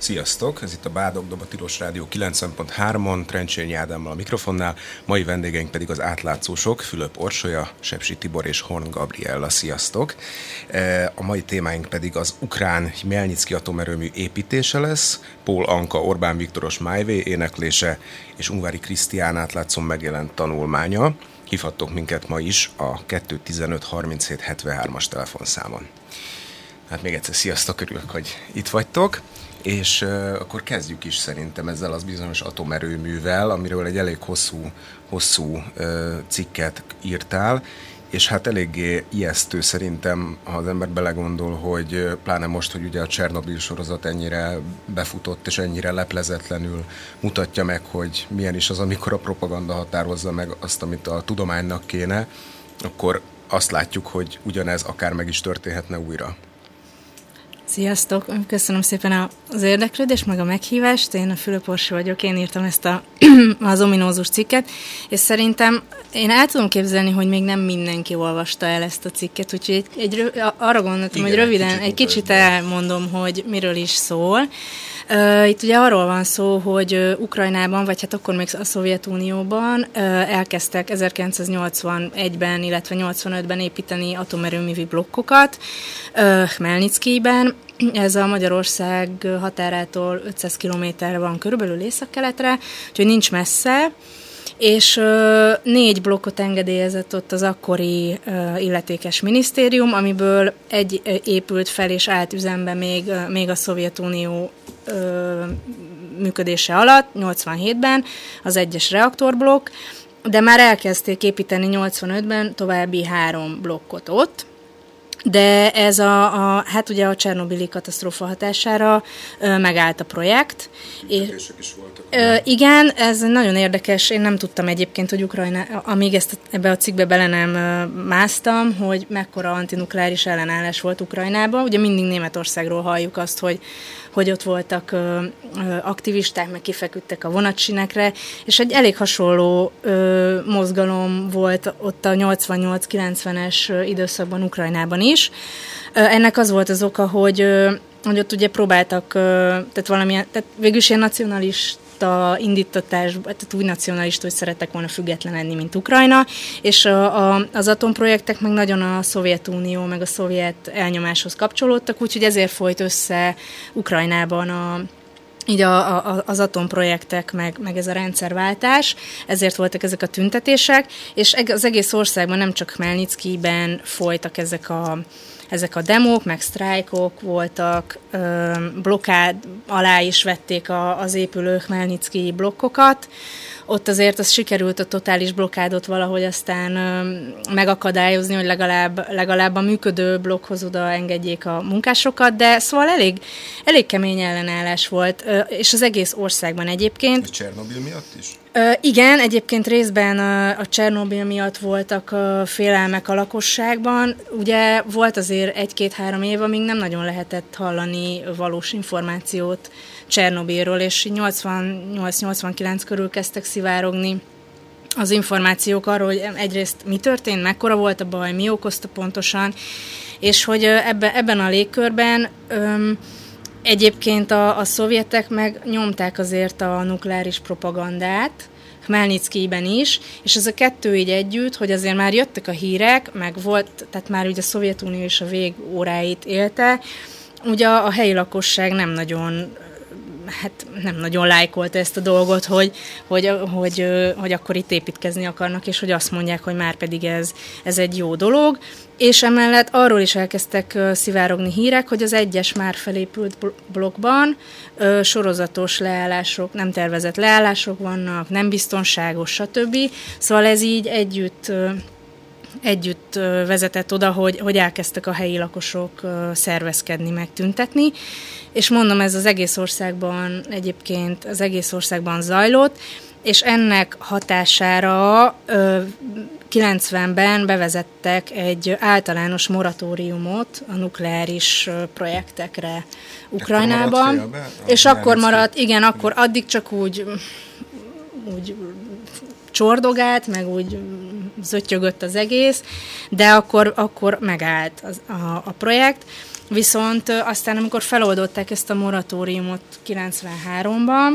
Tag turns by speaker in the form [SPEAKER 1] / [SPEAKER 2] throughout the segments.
[SPEAKER 1] Sziasztok! Ez itt a Bádog-dob, a Tilos Rádió 90.3-on, Trencsényi Ádámmal a mikrofonnál, mai vendégeink pedig az átlátszósok, Fülöp Orsolya, Sepsi Tibor és Horn Gabriella. Sziasztok! A mai témáink pedig az ukrán Hmelnyicki atomerőmű építése lesz, Pól Anka Orbán Viktoros My Way éneklése és Ungvári Krisztián átlátszón megjelent tanulmánya. Hívhattok minket ma is a 215 37 73-as telefonszámon. Hát még egyszer sziasztok, örülök, hogy itt vagytok, és akkor kezdjük is szerintem ezzel az bizonyos atomerőművel, amiről egy elég hosszú cikket írtál, és hát eléggé ijesztő szerintem, ha az ember belegondol, hogy pláne most, hogy ugye a Csernobil sorozat ennyire befutott, és ennyire leplezetlenül mutatja meg, hogy milyen is az, amikor a propaganda határozza meg azt, amit a tudománynak kéne, akkor azt látjuk, hogy ugyanez akár meg is történhetne újra.
[SPEAKER 2] Sziasztok! Köszönöm szépen az érdeklődést, meg a meghívást. Én a Fülöp Orsolya vagyok, én írtam ezt az ominózus cikket, és szerintem én el tudom képzelni, hogy még nem mindenki olvasta el ezt a cikket, úgyhogy arra gondoltam, hogy röviden, egy kicsit elmondom, hogy miről is szól. Itt ugye arról van szó, hogy Ukrajnában, vagy hát akkor még a Szovjetunióban elkezdtek 1981-ben, illetve 85-ben építeni atomerőművi blokkokat Hmelnyickiben. Ez a Magyarország határától 500 kilométerre van körülbelül északkeletre, úgyhogy nincs messze. És 4 blokkot engedélyezett ott az akkori illetékes minisztérium, amiből egy épült fel és állt üzembe még a Szovjetunió működése alatt, 87-ben, az 1-es reaktorblokk, de már elkezdték építeni 85-ben további 3 blokkot ott, de ez hát ugye a csernobili katasztrófa hatására megállt a projekt.
[SPEAKER 1] Tüntetések is voltak.
[SPEAKER 2] Igen, ez nagyon érdekes. Én nem tudtam egyébként, hogy Ukrajna, amíg ebbe a cikkbe bele nem másztam, hogy mekkora antinukleáris ellenállás volt Ukrajnában. Ugye mindig Németországról halljuk azt, hogy ott voltak aktivisták, meg kifeküdtek a vonatsinekre, és egy elég hasonló mozgalom volt ott a 88-90-es időszakban Ukrajnában is. Ennek az volt az oka, hogy ott ugye próbáltak, tehát végül is ilyen nacionalista indítatás, tehát úgy nacionalista, hogy szerettek volna független lenni, mint Ukrajna, és az atomprojektek meg nagyon a Szovjetunió, meg a szovjet elnyomáshoz kapcsolódtak, úgyhogy ezért folyt össze Ukrajnában így az atomprojektek, meg ez a rendszerváltás, ezért voltak ezek a tüntetések, és az egész országban, nem csak Hmelnyickiben folytak ezek a demók, meg sztrájkok voltak, blokkád alá is vették az épülő Hmelnyicki blokkokat. Ott azért az sikerült a totális blokkádot valahogy aztán megakadályozni, hogy legalább a működő blokkhoz oda engedjék a munkásokat, de szóval elég kemény ellenállás volt, és az egész országban egyébként.
[SPEAKER 1] A Csernobil miatt is?
[SPEAKER 2] Igen, egyébként részben a Csernobil miatt voltak félelmek a lakosságban. Ugye volt azért 1-2-3 év, amíg nem nagyon lehetett hallani valós információt Csernobilról, és 88-89 körül kezdtek szivárogni az információk arról, hogy egyrészt mi történt, mekkora volt a baj, mi okozta pontosan, és hogy ebben a légkörben egyébként a szovjetek meg nyomták azért a nukleáris propagandát, Hmelnyickiben is, és ez a kettő így együtt, hogy azért már jöttek a hírek, meg volt, tehát már ugye a Szovjetunió is a végóráit élte, ugye a helyi lakosság nem nagyon lájkolta ezt a dolgot, hogy akkor itt építkezni akarnak, és hogy azt mondják, hogy már pedig ez egy jó dolog. És emellett arról is elkezdtek szivárogni hírek, hogy az 1-es már felépült blokkban sorozatos leállások, nem tervezett leállások vannak, nem biztonságos, stb. Szóval ez így együtt vezetett oda, hogy elkezdtek a helyi lakosok szervezkedni, megtüntetni, és mondom, ez az egész országban zajlott, és ennek hatására 90-ben bevezettek egy általános moratóriumot a nukleáris projektekre Ukrajnában, és akkor maradt, igen, akkor addig csak úgy csordogált, meg úgy zöttyögött az egész, de akkor megállt a projekt. Viszont aztán, amikor feloldották ezt a moratóriumot 93-ban,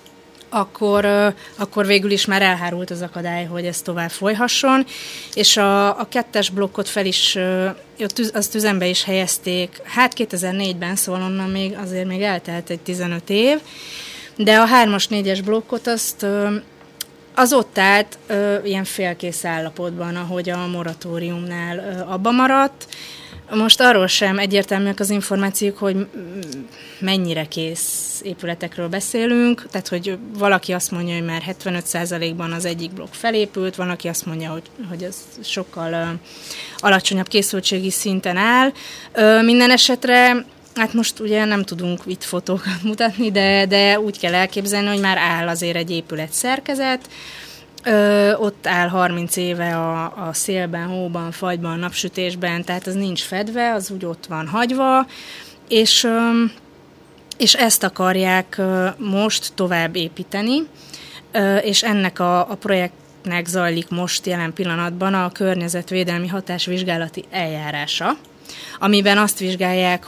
[SPEAKER 2] akkor végül is már elhárult az akadály, hogy ez tovább folyhasson, és a 2-es blokkot fel is, azt üzembe is helyezték, 2004-ben, szóval onnan azért még eltelt egy 15 év, de a 3-as, 4-es blokkot az ott állt ilyen félkész állapotban, ahogy a moratóriumnál abba maradt. Most arról sem egyértelműek az információk, hogy mennyire kész épületekről beszélünk, tehát hogy valaki azt mondja, hogy már 75%-ban az egyik blokk felépült, van, aki azt mondja, hogy ez sokkal alacsonyabb készültségi szinten áll. Minden esetre, hát most ugye nem tudunk itt fotókat mutatni, de úgy kell elképzelni, hogy már áll azért egy épület szerkezet, ott áll 30 éve a szélben, hóban, fagyban, napsütésben, tehát az nincs fedve, az úgy ott van hagyva, és ezt akarják most tovább építeni, és ennek a projektnek zajlik most jelen pillanatban a környezetvédelmi hatásvizsgálati eljárása, amiben azt vizsgálják,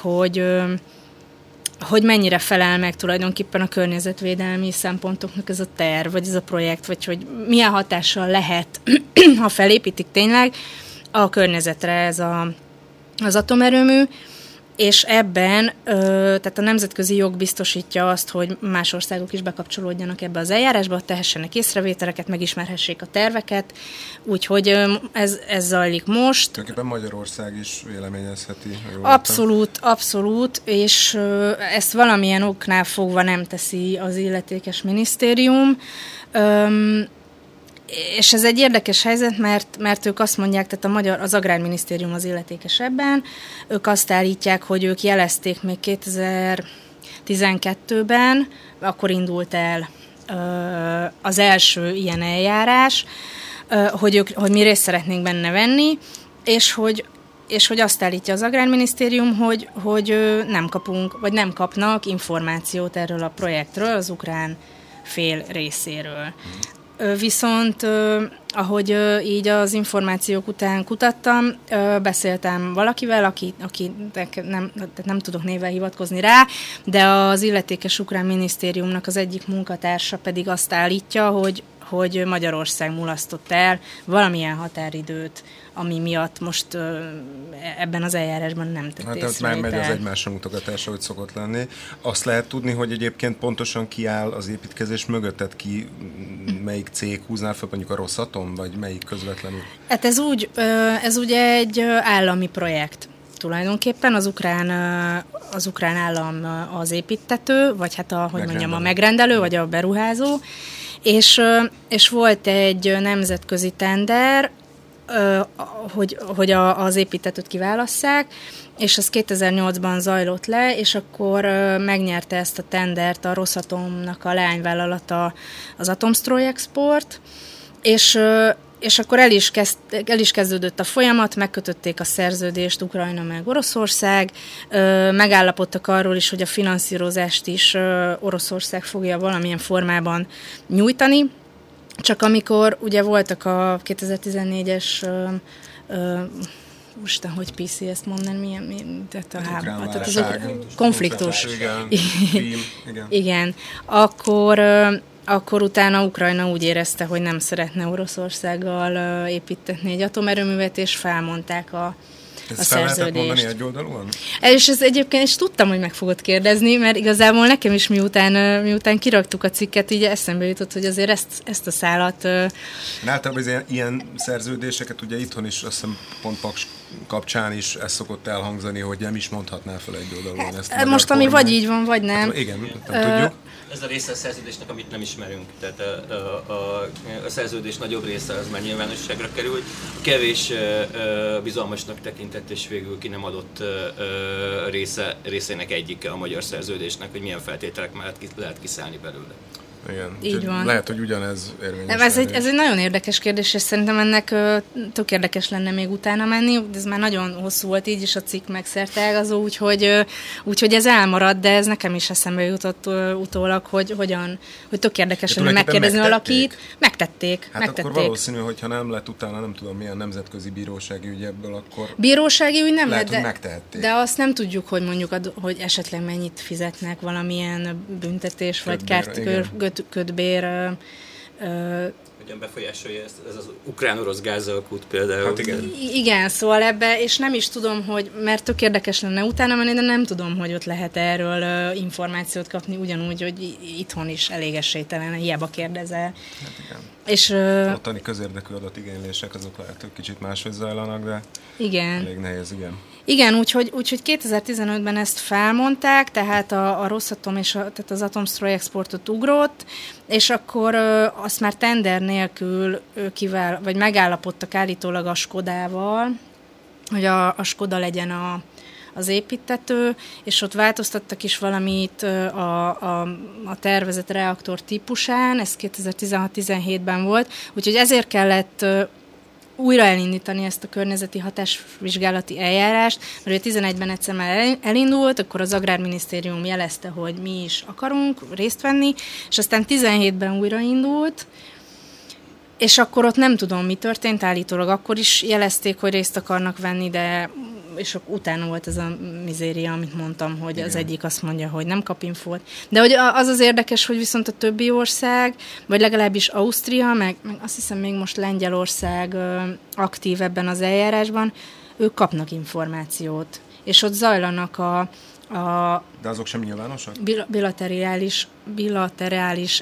[SPEAKER 2] hogy mennyire felel meg tulajdonképpen a környezetvédelmi szempontoknak ez a terv, vagy ez a projekt, vagy hogy milyen hatással lehet, ha felépítik tényleg a környezetre ez az atomerőmű, és ebben tehát a nemzetközi jog biztosítja azt, hogy más országok is bekapcsolódjanak ebbe az eljárásba, tehessenek észrevételeket, megismerhessék a terveket, úgyhogy ez zajlik most.
[SPEAKER 1] Tulajdonképpen Magyarország is véleményezheti.
[SPEAKER 2] Abszolút, és ezt valamilyen oknál fogva nem teszi az illetékes minisztérium. És ez egy érdekes helyzet, mert ők azt mondják, tehát az Agrárminisztérium az illetékes ebben, ők azt állítják, hogy ők jelezték még 2012-ben, akkor indult el az első ilyen eljárás, hogy mi részt szeretnénk benne venni, és hogy azt állítja az Agrárminisztérium, hogy nem kapunk, vagy nem kapnak információt erről a projektről az ukrán fél részéről. Viszont, ahogy így az információk után kutattam, beszéltem valakivel, aki nem tudok névvel hivatkozni rá, de az illetékes ukrán minisztériumnak az egyik munkatársa pedig azt állítja, hogy Magyarország mulasztott el valamilyen határidőt, ami miatt most ebben az eljárásban nem tett észrevétel.
[SPEAKER 1] Már megy az egymásra mutogatása, hogy szokott lenni. Azt lehet tudni, hogy egyébként pontosan ki áll az építkezés mögött, tehát melyik cég húzná fel, mondjuk a Rosatom, vagy melyik közvetlenül? Hát
[SPEAKER 2] ez ugye egy állami projekt. Tulajdonképpen az ukrán állam az építtető, vagy hát a megrendelő, vagy a beruházó, és volt egy nemzetközi tender, hogy az építtetőt kiválasszák, és az 2008-ban zajlott le, és akkor megnyerte ezt a tendert a Rosatomnak a leányvállalata, az Atomstrojexport, és akkor el is kezdődött a folyamat, megkötötték a szerződést Ukrajna meg Oroszország, megállapodtak arról is, hogy a finanszírozást is Oroszország fogja valamilyen formában nyújtani, csak amikor ugye voltak a 2014-es most hogy PC ezt mondani, milyen tehát a háború, tehát az konfliktus. Igen. Akkor utána Ukrajna úgy érezte, hogy nem szeretne Oroszországgal építtetni egy atomerőművet, és felmondták a szerződést.
[SPEAKER 1] Mondani egyoldalúan?
[SPEAKER 2] És ez egyébként is tudtam, hogy meg fogod kérdezni, mert igazából nekem is miután kiraktuk a cikket, így eszembe jutott, hogy azért ezt a szálat...
[SPEAKER 1] Általában ilyen szerződéseket ugye itthon is, azt hiszem pont Paks kapcsán is ez szokott elhangzani, hogy nem is mondhatná fel egyoldalúan ezt.
[SPEAKER 2] Most ami vagy így van, vagy nem.
[SPEAKER 1] Hát, igen, nem tudjuk.
[SPEAKER 3] Ez a része a szerződésnek, amit nem ismerünk. Tehát a szerződés nagyobb része az már nyilvánosságra került. A kevés bizalmasnak tekintett és végül ki nem adott részének egyike a magyar szerződésnek, hogy milyen feltételek mellett lehet kiszállni belőle.
[SPEAKER 1] Igen.
[SPEAKER 2] Így van.
[SPEAKER 1] Lehet, hogy ugyanez érvényes.
[SPEAKER 2] Ez egy nagyon érdekes kérdés, és szerintem ennek tök érdekes lenne még utána menni, de ez már nagyon hosszú volt így is a cikk meg szerteágazó, úgyhogy ez elmaradt, de ez nekem is eszembe jutott utólag, hogy tök érdekes lenne megkérdezni valakit. Megtették.
[SPEAKER 1] Akkor valószínű, hogyha nem lett utána, nem tudom milyen nemzetközi bírósági ügy ebből, akkor
[SPEAKER 2] bírósági ügy nem
[SPEAKER 1] lehet,
[SPEAKER 2] lett, de azt nem tudjuk, hogy mondjuk, hogy esetleg mennyit fizetnek valamilyen büntetés, vagy kötbér.
[SPEAKER 3] Hogyan befolyásolja ez az ukrán-orosz gázalkút például?
[SPEAKER 1] Hát
[SPEAKER 2] igen, szóval ebbe, és nem is tudom, mert tök érdekes lenne utána menni, de nem tudom, hogy ott lehet erről információt kapni, ugyanúgy, hogy itthon is elég esélytelen, hiába kérdezel.
[SPEAKER 1] Hát igen.
[SPEAKER 2] És,
[SPEAKER 1] ottani közérdekű adatigénylések, azok lehet, hogy kicsit máshogy zajlanak, de
[SPEAKER 2] igen.
[SPEAKER 1] Elég nehéz, igen.
[SPEAKER 2] Igen, úgyhogy 2015-ben ezt felmondták, tehát a Rosatom és tehát az Atomstroj exportot ugrott, és akkor azt már tender nélkül vagy megállapodtak állítólag a Skodával, hogy a Skoda legyen az építtető, és ott változtattak is valamit a tervezett reaktor típusán, ez 2016-17-ben volt, úgyhogy ezért kellett újra elindítani ezt a környezeti hatásvizsgálati eljárást, mert 2011-ben egyszer már elindult, akkor az Agrárminisztérium jelezte, hogy mi is akarunk részt venni, és aztán 2017-ben újraindult, és akkor ott nem tudom, mi történt, állítólag akkor is jelezték, hogy részt akarnak venni, de és utána volt ez a mizéria, amit mondtam, hogy igen. Az egyik azt mondja, hogy nem kap infót. De hogy az érdekes, hogy viszont a többi ország, vagy legalábbis Ausztria, meg azt hiszem még most Lengyelország aktív ebben az eljárásban, ők kapnak információt. És ott zajlanak
[SPEAKER 1] de azok sem nyilvánosak?
[SPEAKER 2] Bilaterális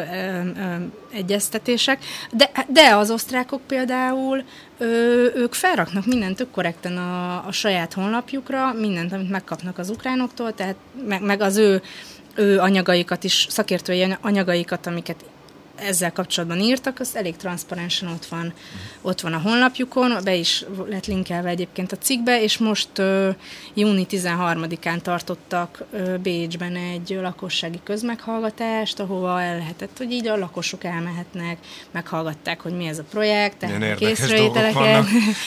[SPEAKER 2] egyeztetések, de az osztrákok például ők felraknak mindent tök korrekten a saját honlapjukra, mindent, amit megkapnak az ukránoktól, tehát meg az ő anyagaikat is, szakértői anyagaikat, amiket ezzel kapcsolatban írtak, az elég transzparensen ott van a honlapjukon, be is lett linkelve egyébként a cikkbe, és most júni 13-án tartottak Bécsben egy lakossági közmeghallgatást, ahova el lehetett, hogy így a lakosok elmehetnek, meghallgatták, hogy mi ez a projekt, tehát készrevételeket.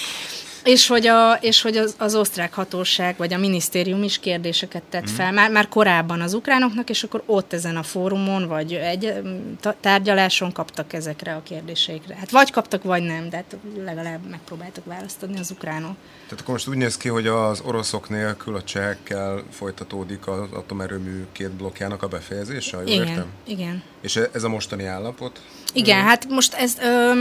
[SPEAKER 2] És hogy az osztrák hatóság, vagy a minisztérium is kérdéseket tett fel, már korábban az ukránoknak, és akkor ott ezen a fórumon, vagy egy tárgyaláson kaptak ezekre a kérdéseikre. Hát vagy kaptak, vagy nem, de hát legalább megpróbáltak választ adni az ukránok.
[SPEAKER 1] Tehát akkor most úgy néz ki, hogy az oroszok nélkül a csehekkel folytatódik az atomerőmű két blokkjának a befejezése, jól értem?
[SPEAKER 2] Igen.
[SPEAKER 1] És ez a mostani állapot?
[SPEAKER 2] Igen, hát most ez...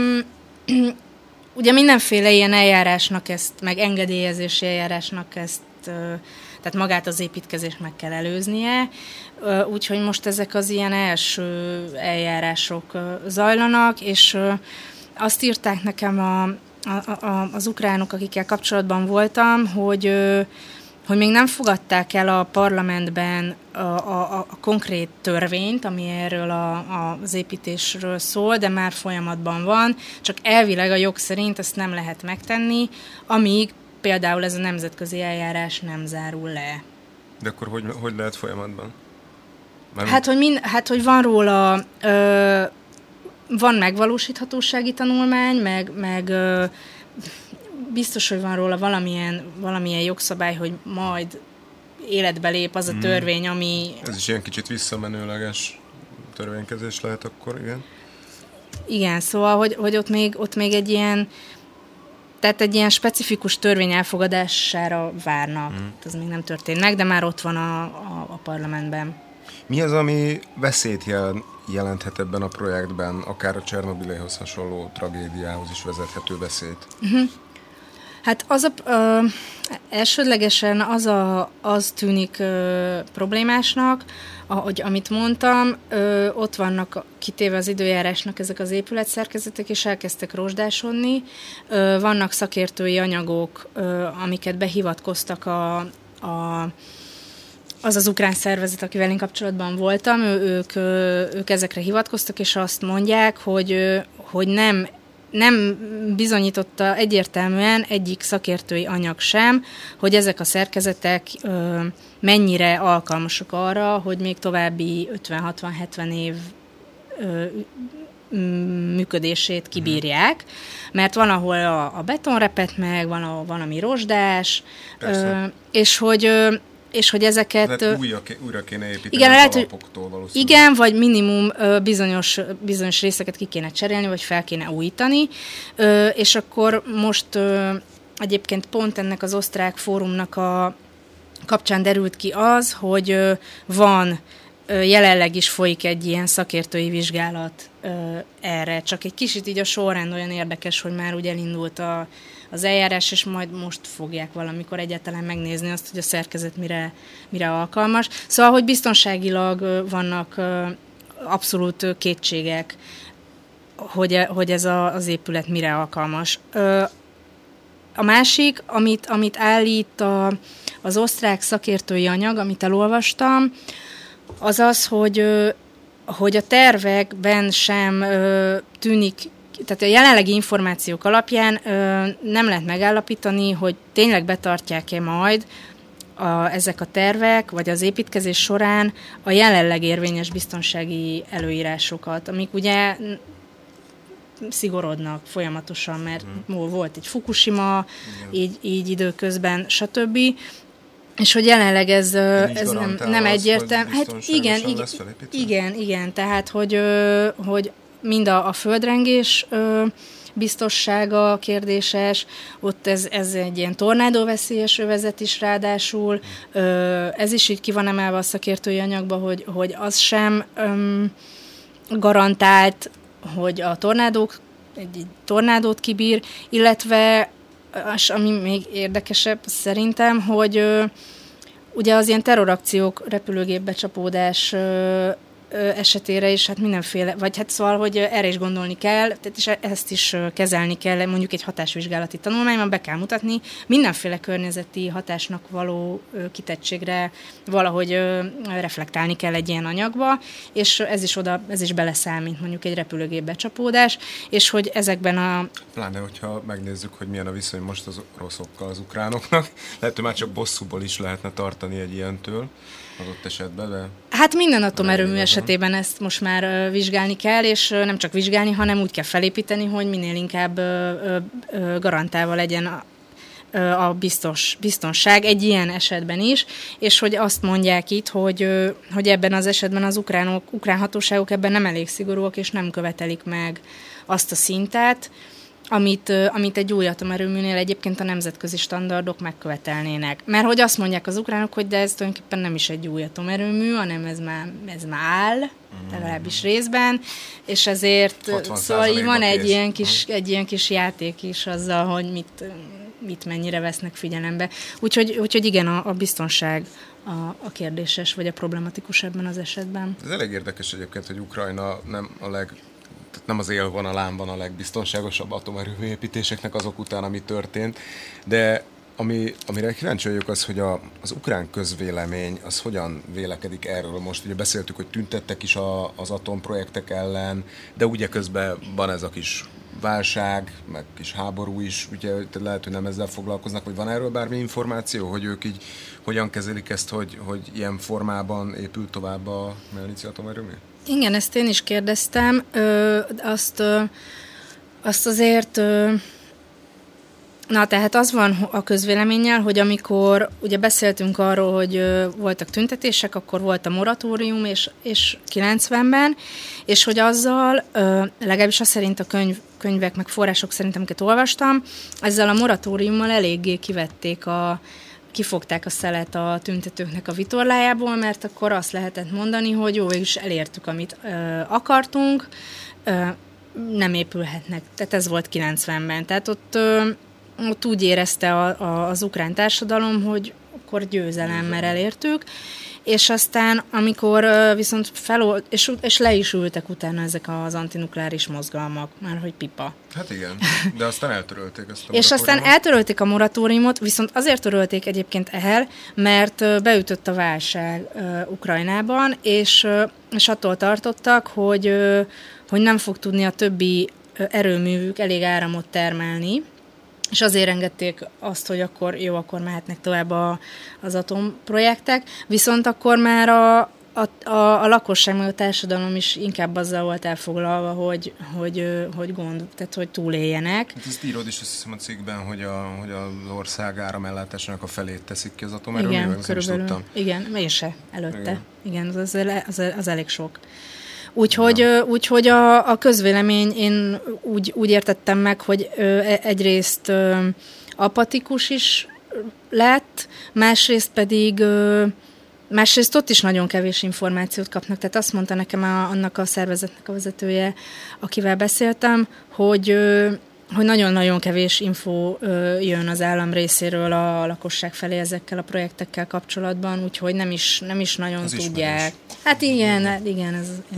[SPEAKER 2] Ugye mindenféle ilyen eljárásnak ezt, meg engedélyezési eljárásnak ezt, tehát magát az építkezést meg kell előznie, úgyhogy most ezek az ilyen első eljárások zajlanak, és azt írták nekem az ukránok, akikkel kapcsolatban voltam, hogy még nem fogadták el a parlamentben a konkrét törvényt, ami erről az építésről szól, de már folyamatban van, csak elvileg a jog szerint ezt nem lehet megtenni, amíg például ez a nemzetközi eljárás nem zárul le.
[SPEAKER 1] De akkor hogy lehet folyamatban?
[SPEAKER 2] Hogy van róla, van megvalósíthatósági tanulmány, meg biztos, hogy van róla valamilyen jogszabály, hogy majd életbe lép az a törvény, ami... Ez
[SPEAKER 1] is ilyen kicsit visszamenőleges törvénykezés lehet akkor, igen?
[SPEAKER 2] Igen, szóval, hogy ott még egy ilyen... Tehát egy ilyen specifikus törvény elfogadására várnak. Ez még nem történt meg, de már ott van a parlamentben.
[SPEAKER 1] Mi az, ami veszélyt jelenthet ebben a projektben, akár a Csernobiléhoz hasonló tragédiához is vezethető veszélyt?
[SPEAKER 2] Hát elsődlegesen az tűnik problémásnak, ahogy amit mondtam, ott vannak kitéve az időjárásnak ezek az épületszerkezetek, és elkezdtek rozsdásodni. Vannak szakértői anyagok, amiket behivatkoztak az ukrán szervezet, akivel én kapcsolatban voltam, ők ezekre hivatkoztak, és azt mondják, hogy nem bizonyította egyértelműen egyik szakértői anyag sem, hogy ezek a szerkezetek mennyire alkalmasak arra, hogy még további 50-60-70 év működését kibírják, mert van, ahol a beton repet meg, van ami rozsdás, és hogy ezeket...
[SPEAKER 1] Tehát újra kéne építeni igen, az alapoktól valószínűleg.
[SPEAKER 2] Igen, vagy minimum bizonyos részeket ki kéne cserélni, vagy fel kéne újítani, és akkor most egyébként pont ennek az osztrák fórumnak a kapcsán derült ki az, hogy van, jelenleg is folyik egy ilyen szakértői vizsgálat erre, csak egy kicsit így a sorrend olyan érdekes, hogy már úgy elindult az eljárás, és majd most fogják valamikor egyáltalán megnézni azt, hogy a szerkezet mire alkalmas. Szóval, hogy biztonságilag vannak abszolút kétségek, hogy ez az épület mire alkalmas. A másik, amit állít az osztrák szakértői anyag, amit elolvastam, az az, hogy a tervekben sem tűnik, tehát a jelenlegi információk alapján nem lehet megállapítani, hogy tényleg betartják-e majd ezek a tervek, vagy az építkezés során a jelenleg érvényes biztonsági előírásokat, amik ugye szigorodnak folyamatosan, mert volt egy Fukushima, így időközben, stb. És hogy jelenleg ez nem egyértelmű. Hát igen, tehát hogy mind a földrengés biztossága kérdéses, ott ez egy ilyen tornádóveszélyes övezet is ráadásul, ez is így ki van emelve a szakértői anyagba, hogy az sem garantált, hogy a egy tornádót kibír, illetve ami még érdekesebb szerintem, hogy ugye az ilyen terrorakciók, repülőgépbecsapódás esetére is hát mindenféle, vagy hát szóval, hogy erre is gondolni kell, tehát és ezt is kezelni kell, mondjuk egy hatásvizsgálati tanulmányban be kell mutatni, mindenféle környezeti hatásnak való kitettségre valahogy reflektálni kell egy ilyen anyagba, és ez is beleszámít mondjuk egy repülőgépbecsapódás, és hogy ezekben a...
[SPEAKER 1] Pláne, hogyha megnézzük, hogy milyen a viszony most az oroszokkal az ukránoknak, lehet, hogy már csak bosszúból is lehetne tartani egy ilyentől adott esetben, de... Hát
[SPEAKER 2] minden atomerőmű esetében ezt most már vizsgálni kell, és nem csak vizsgálni, hanem úgy kell felépíteni, hogy minél inkább garantálva legyen a biztonság egy ilyen esetben is, és hogy azt mondják itt, hogy ebben az esetben az ukrán hatóságok ebben nem elég szigorúak, és nem követelik meg azt a szintet, amit egy új atomerőműnél egyébként a nemzetközi standardok megkövetelnének. Mert hogy azt mondják az ukránok, hogy de ez tulajdonképpen nem is egy új atomerőmű, hanem ez már áll, legalábbis részben, és ezért szóval így van egy ilyen kis játék is azzal, hogy mit mennyire vesznek figyelembe. Úgyhogy igen, a biztonság a kérdéses, vagy a problematikus ebben az esetben.
[SPEAKER 1] Ez elég érdekes egyébként, hogy Ukrajna nem az élvonalán van a legbiztonságosabb atomerőműépítéseknek azok után, ami történt, de amire kíváncsi vagyok az, hogy az ukrán közvélemény az hogyan vélekedik erről. Most ugye beszéltük, hogy tüntettek is az atomprojektek ellen, de ugye közben van ez a kis válság, meg kis háború is, ugye lehet, hogy nem ezzel foglalkoznak, vagy van erről bármi információ, hogy ők így hogyan kezelik ezt, hogy ilyen formában épül tovább a Melnici atomerőmű?
[SPEAKER 2] Igen, ezt én is kérdeztem. Azt azért... Na, tehát az van a közvéleménnyel, hogy amikor ugye beszéltünk arról, hogy voltak tüntetések, akkor volt a moratórium, és 90-ben, és hogy azzal, legalábbis az szerint a könyvek, meg források szerint, amiket olvastam, ezzel a moratóriummal eléggé kifogták a szelet a tüntetőknek a vitorlájából, mert akkor azt lehetett mondani, hogy jó, végülis elértük, amit akartunk, nem épülhetnek. Tehát ez volt 90-ben. Tehát ott úgy érezte az ukrán társadalom, hogy akkor győzelemmel elértük, és aztán, amikor viszont és le is ültek utána ezek az antinukleáris mozgalmak, már hogy pipa.
[SPEAKER 1] Hát igen, de aztán eltörölték ezt a
[SPEAKER 2] és aztán eltörölték a moratóriumot, viszont azért törölték egyébként mert beütött a válság Ukrajnában, és attól tartottak, hogy nem fog tudni a többi erőművük elég áramot termelni, és azért engedték azt, hogy akkor mehetnek tovább az atomprojektek, viszont akkor már a lakosság, meg a társadalom is inkább azzal volt elfoglalva, hogy gond, tehát hogy túléljenek.
[SPEAKER 1] Hát ezt írod is, azt hiszem a cikkben, hogy az ország áramellátásának a felét teszik ki az atomerőművek.
[SPEAKER 2] Igen, körülbelül. Igen, én se előtte. Igen, az elég sok. Úgyhogy a közvélemény, én úgy értettem meg, hogy egyrészt apatikus is lett, másrészt ott is nagyon kevés információt kapnak. Tehát azt mondta nekem annak a szervezetnek a vezetője, akivel beszéltem, hogy nagyon-nagyon kevés info jön az állam részéről a lakosság felé ezekkel a projektekkel kapcsolatban, úgyhogy nem is nagyon az tudják. Hát igen.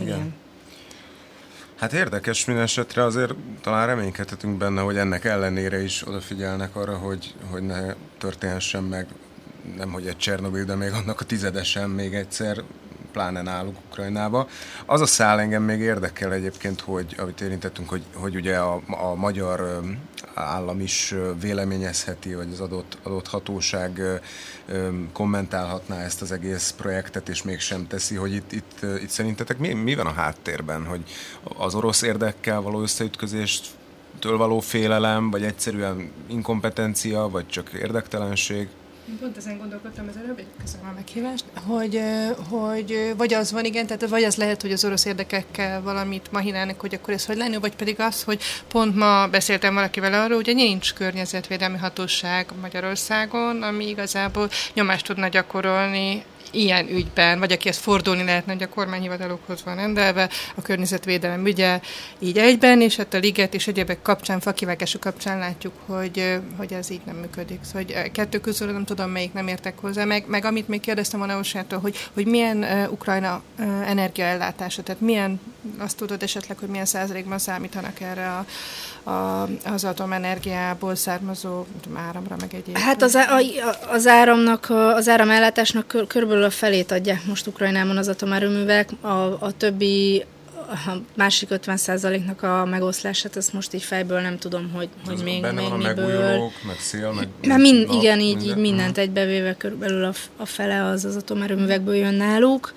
[SPEAKER 1] Hát érdekes minden esetre, azért talán reménykedhetünk benne, hogy ennek ellenére is odafigyelnek arra, hogy ne történhessen meg, nemhogy egy Csernobil, de még annak a tizedesen még egyszer, pláne náluk Ukrajnába. Az a szál engem még érdekel egyébként, amit érintettünk, hogy ugye a magyar állam is véleményezheti, vagy az adott hatóság kommentálhatná ezt az egész projektet, és mégsem teszi, hogy itt szerintetek mi van a háttérben, hogy az orosz érdekkel való összeütközéstől való félelem, vagy egyszerűen inkompetencia, vagy csak érdektelenség?
[SPEAKER 4] Pont ezen gondolkodtam az előbb, köszönöm a meghívást, hogy vagy az van, igen, tehát vagy az lehet, hogy az orosz érdekekkel valamit mahinálnak, hogy akkor ez hogy lenni, vagy pedig az, hogy pont ma beszéltem valakivel arról, hogy nincs környezetvédelmi hatóság Magyarországon, ami igazából nyomást tudna gyakorolni ilyen ügyben, vagy akihez fordulni lehetne, hogy a kormányhivatalokhoz van rendelve, a környezetvédelem ügye így egyben, és hát a liget és egyébek kapcsán, fakivágások kapcsán látjuk, hogy ez így nem működik. Szóval hogy kettő közül nem tudom, melyik nem értek hozzá, meg amit még kérdeztem a Neosától, hogy milyen Ukrajna energiaellátása, tehát milyen, azt tudod esetleg, hogy milyen százalékban számítanak erre az atomenergiából származó áramra, meg egyéb.
[SPEAKER 2] Hát az áramellátásnak körülbelül a felét adják most Ukrajnában az atomerőművek, a többi, a másik 50%-nak a megoszlását, ezt most így fejből nem tudom, hogy még miből.
[SPEAKER 1] A megújulók, meg szél, meg
[SPEAKER 2] igen, így mindent egybevéve körülbelül a fele az atomerőművekből jön náluk.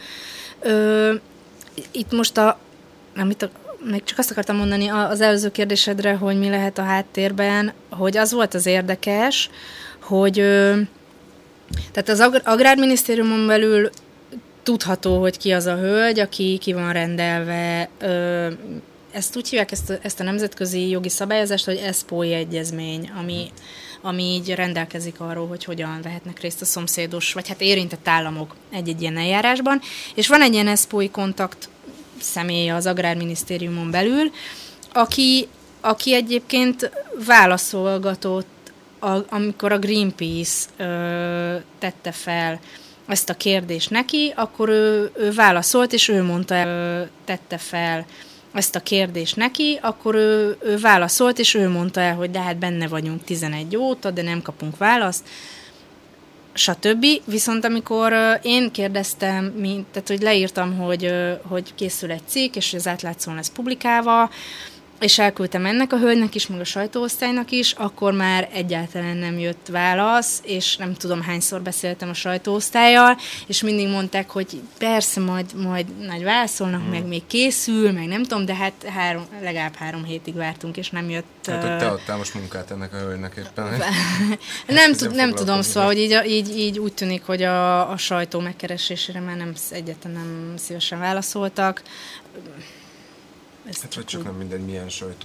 [SPEAKER 2] Itt most még csak azt akartam mondani az előző kérdésedre, hogy mi lehet a háttérben, hogy az volt az érdekes, hogy tehát az Agrárminisztériumon belül tudható, hogy ki az a hölgy, aki ki van rendelve. Ezt úgy hívják, ezt a nemzetközi jogi szabályozást, hogy ESPOI egyezmény, ami így rendelkezik arról, hogy hogyan vehetnek részt a szomszédos, vagy hát érintett államok egy-egy ilyen eljárásban. És van egy ilyen ESPOI kontakt személye az Agrárminisztériumon belül, aki egyébként válaszolgatott, amikor a Greenpeace tette fel ezt a kérdést neki, akkor ő válaszolt, és ő mondta, tette fel ezt a kérdést neki, akkor ő válaszolt, és ő mondta el, hogy de hát benne vagyunk 11 óta, de nem kapunk választ, stb. Viszont amikor én kérdeztem, tehát hogy leírtam, hogy készül egy cikk, és az átlátszón lesz publikálva, és elküldtem ennek a hölgynek is, meg a sajtóosztálynak is, akkor már egyáltalán nem jött válasz, és nem tudom hányszor beszéltem a sajtóosztállyal, és mindig mondták, hogy persze, majd nagy válaszolnak, meg még készül, meg nem tudom, de hát legalább 3 hétig vártunk, és nem jött.
[SPEAKER 1] Hát, hogy te adtál most munkát ennek a hölgynek éppen.
[SPEAKER 2] nem tudom, szóval, hogy így úgy tűnik, hogy a sajtó megkeresésére már egyáltalán nem szívesen válaszoltak.
[SPEAKER 1] Hát vagy csak nem mindegy, milyen sajtó.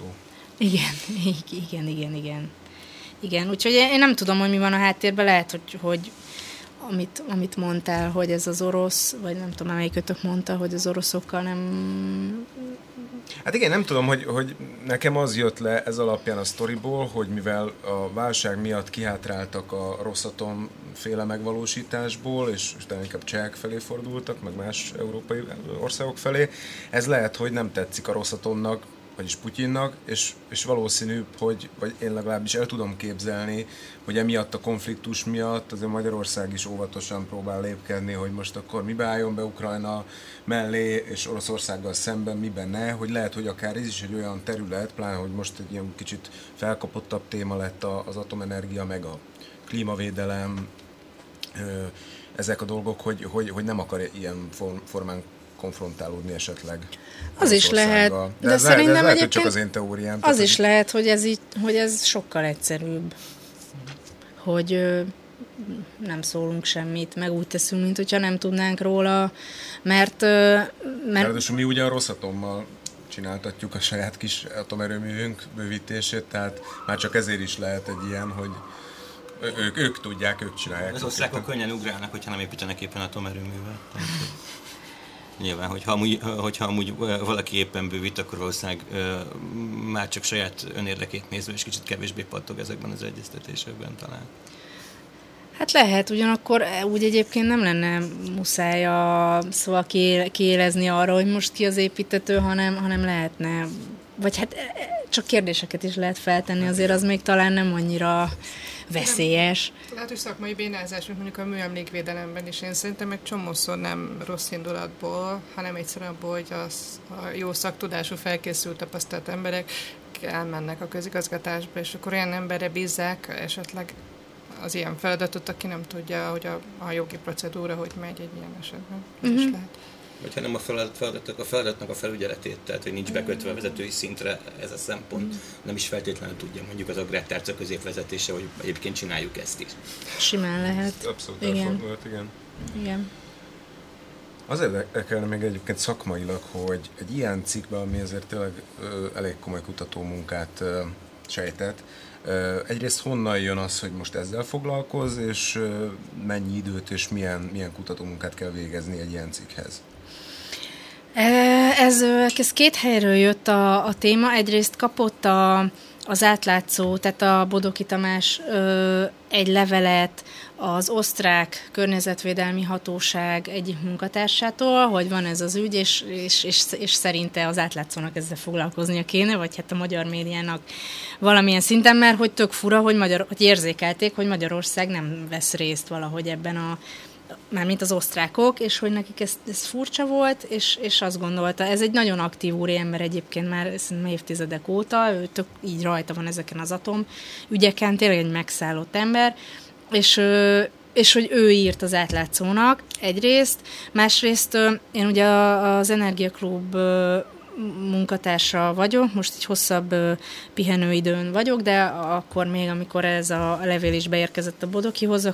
[SPEAKER 2] Igen, úgyhogy én nem tudom, hogy mi van a háttérben, lehet, hogy amit mondtál, hogy ez az orosz, vagy nem tudom, melyikötök mondta, hogy az oroszokkal nem...
[SPEAKER 1] Hát igen, nem tudom, hogy nekem az jött le ez alapján a sztoriból, hogy mivel a válság miatt kihátráltak a Rosatom féle megvalósításból, és talán inkább csehek felé fordultak, meg más európai országok felé, ez lehet, hogy nem tetszik a Rosatomnak, vagyis Putyinnak, és valószínűbb, vagy én legalábbis el tudom képzelni, hogy emiatt a konfliktus miatt azért Magyarország is óvatosan próbál lépkedni, hogy most akkor mibe álljon be Ukrajna mellé, és Oroszországgal szemben miben ne, hogy lehet, hogy akár ez is egy olyan terület, pláne, hogy most egy ilyen kicsit felkapottabb téma lett az atomenergia, meg a klímavédelem, ezek a dolgok, hogy nem akar ilyen formán konfrontálódni esetleg.
[SPEAKER 2] Az is lehet,
[SPEAKER 1] de szerintem lehet, hogy csak az én teóriám.
[SPEAKER 2] Az is lehet, hogy ez sokkal egyszerűbb. Hogy nem szólunk semmit, meg úgy teszünk, mint hogyha nem tudnánk róla, mert
[SPEAKER 1] ráadásul mi ugye a Rosatommal csináltatjuk a saját kis atomerőművünk bővítését, tehát már csak ezért is lehet egy ilyen, hogy ők tudják, ők csinálják.
[SPEAKER 3] Az osztrákok könnyen ugrálnak, hogyha nem építenek éppen atomerőművel. Nyilván, hogyha amúgy valaki éppen bővít, akkor valószínűleg már csak saját önérdekét nézve, és kicsit kevésbé pattog ezekben az egyeztetésekben talán.
[SPEAKER 2] Hát lehet, ugyanakkor úgy egyébként nem lenne muszáj szóval kiélezni arra, hogy most ki az építető, hanem lehetne, vagy hát csak kérdéseket is lehet feltenni, azért az még talán nem annyira veszélyes.
[SPEAKER 4] Lehet, hogy szakmai bénázás, mint mondjuk a műemlékvédelemben is. Én szerintem egy csomószor nem rossz indulatból, hanem egyszerűen abból, hogy a jó szaktudású, felkészült, tapasztalt emberek elmennek a közigazgatásba, és akkor olyan emberre bízzák esetleg az ilyen feladatot, aki nem tudja, hogy a jogi procedúra hogy megy egy ilyen esetben. Is lehet.
[SPEAKER 3] Vagy hanem a feladatnak a felügyeletét, tehát hogy nincs bekötve a vezetői szintre ez a szempont, nem is feltétlenül tudja mondjuk az agrártárca középvezetése, hogy egyébként csináljuk ezt is.
[SPEAKER 2] Simán lehet.
[SPEAKER 1] Abszolút elfordult, igen. Az érdekelne még egyébként szakmailag, hogy egy ilyen cikkben, ami azért tényleg elég komoly kutatómunkát sejtett, egyrészt honnan jön az, hogy most ezzel foglalkoz, és mennyi időt és milyen kutatómunkát kell végezni egy ilyen cikkhez?
[SPEAKER 2] Ez két helyről jött a téma. Egyrészt kapott az átlátszó, tehát a Bodoki Tamás egy levelet az osztrák környezetvédelmi hatóság egyik munkatársától, hogy van ez az ügy, és szerinte az átlátszónak ezzel foglalkoznia kéne, vagy hát a magyar médiának valamilyen szinten, mert hogy tök fura, hogy érzékelték, hogy Magyarország nem vesz részt valahogy ebben mármint az osztrákok, és hogy nekik ez furcsa volt, és azt gondolta, ez egy nagyon aktív úriember egyébként már évtizedek óta, ő tök így rajta van ezeken az atomügyeken, tényleg egy megszállott ember, és hogy ő írt az átlátszónak egyrészt, másrészt én ugye az Energiaklub munkatársa vagyok, most egy hosszabb pihenőidőn vagyok, de akkor még, amikor ez a levél is beérkezett a Bodokihoz,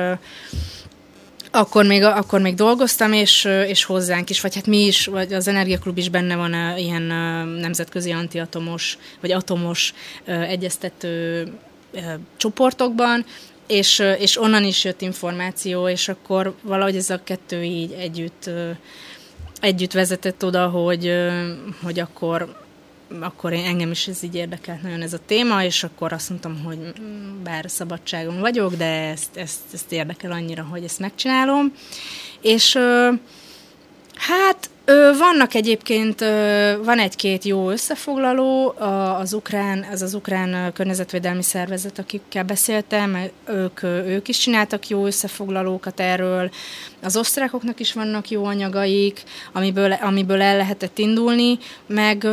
[SPEAKER 2] akkor még dolgoztam, és hozzánk is, vagy hát mi is, vagy az Energiaklub is benne van ilyen nemzetközi antiatomos, vagy atomos egyeztető csoportokban, és onnan is jött információ, és akkor valahogy ez a kettő így együtt vezetett oda, hogy akkor engem is ez így érdekelt nagyon ez a téma, és akkor azt mondtam, hogy bár szabadságon vagyok, de ezt érdekel annyira, hogy ezt megcsinálom. És hát vannak egyébként, van egy-két jó összefoglaló, az ukrán környezetvédelmi szervezet, akikkel beszéltem, ők is csináltak jó összefoglalókat erről, az osztrákoknak is vannak jó anyagaik, amiből el lehetett indulni, meg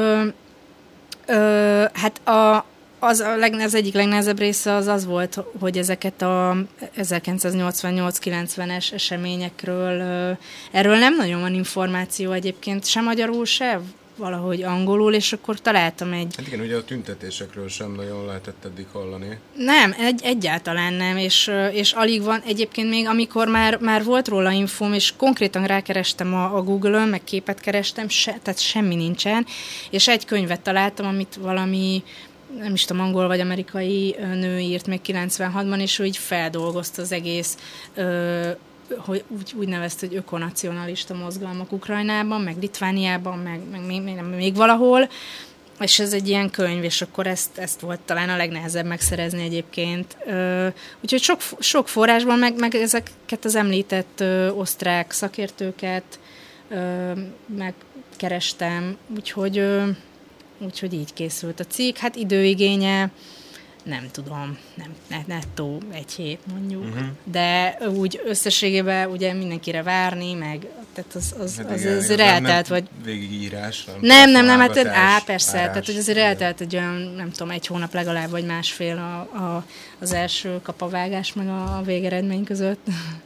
[SPEAKER 2] hát az egyik legnehezebb része az volt, hogy ezeket a 1988-90-es eseményekről, erről nem nagyon van információ egyébként, se magyarul, se valahogy angolul, és akkor találtam egy...
[SPEAKER 1] Hát igen, ugye a tüntetésekről sem nagyon lehetett eddig hallani.
[SPEAKER 2] Nem, egyáltalán nem, és alig van, egyébként még amikor már volt róla infóm, és konkrétan rákerestem a Google-ön, meg képet kerestem, tehát semmi nincsen, és egy könyvet találtam, amit valami, nem is tudom, angol vagy amerikai nő írt még 96-ban, és ő így feldolgozta az egész, hogy úgy nevezte, hogy ökonacionalista mozgalmak Ukrajnában, meg Litvániában, meg még valahol, és ez egy ilyen könyv, és akkor ezt volt talán a legnehezebb megszerezni egyébként. Úgyhogy sok forrásban, meg ezeket az említett osztrák szakértőket megkerestem, úgyhogy így készült a cikk. Hát időigénye, nem tudom, nettó 1 hét mondjuk, de úgy összességében ugye mindenkire várni, meg tehát az azért eltelt, vagy...
[SPEAKER 1] Végigírás.
[SPEAKER 2] Nem, hát persze, tehát hogy azért eltelt egy olyan, nem tudom, 1 hónap legalább, vagy másfél az első kapavágás meg a végeredmény között.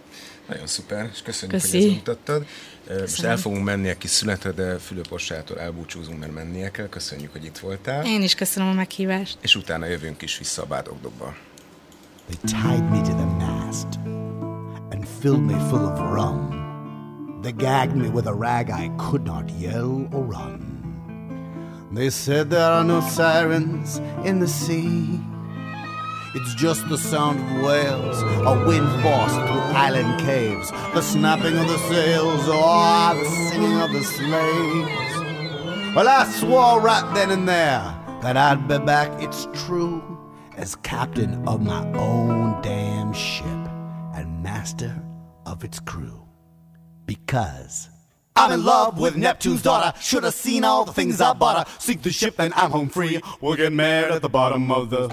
[SPEAKER 1] Nagyon szuper, és köszönjük,
[SPEAKER 2] Köszi.
[SPEAKER 1] hogy ezúttattad. Most el fogunk menni egy kis szünetre, de Fülöp Orsolyától elbúcsúzunk, mert mennie kell. Köszönjük, hogy itt voltál.
[SPEAKER 2] Én is köszönöm a meghívást.
[SPEAKER 1] És utána jövünk is vissza a Bádogdobba.
[SPEAKER 5] They tied me to the mast and filled me full of rum. They gagged me with a rag, I could not yell or run. They said there are no sirens in the sea. It's just the sound of whales, a wind forced through island caves, the snapping of the sails, or the singing of the slaves. Well, I swore right then and there that I'd be back, it's true, as captain of my own damn ship and master of its crew. Because I'm in love with Neptune's daughter. Should have seen all the things I bought her. Sink the ship and I'm home free. We'll get married at the bottom of the...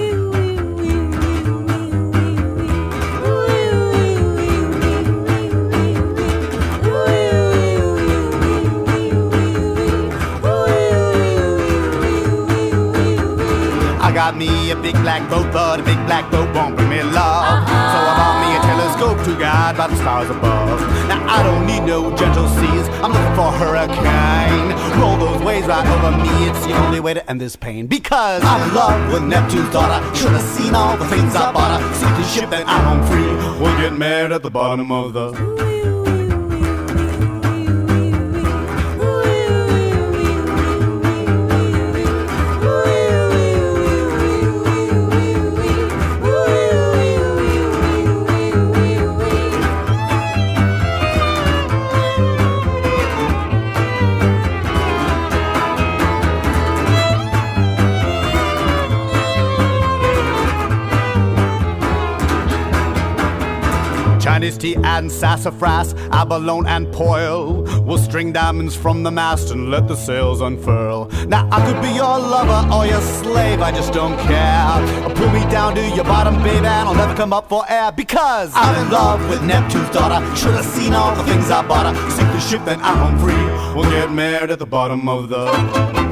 [SPEAKER 5] I got me a big black boat, but a big black boat won't bring me love. So I bought me a telescope to guide by the stars above. Now I don't need no gentle seas, I'm looking for a hurricane. Roll those waves right over me, it's the only way to end this pain. Because I'm in love with Neptune's daughter. Should have seen all the things I bought her. Sink the ship and I'm home free. We'll get married at the bottom of the... Chinese tea and sassafras, abalone and poil. We'll string diamonds from the mast and let the sails unfurl. Now I could be your lover or your slave, I just don't care. Pull me down to your bottom, baby, and I'll never come up for air. Because I'm in love with Neptune's daughter. Should have seen all the things I bought her. Sink the ship and I'm home free. We'll get married at the bottom of the...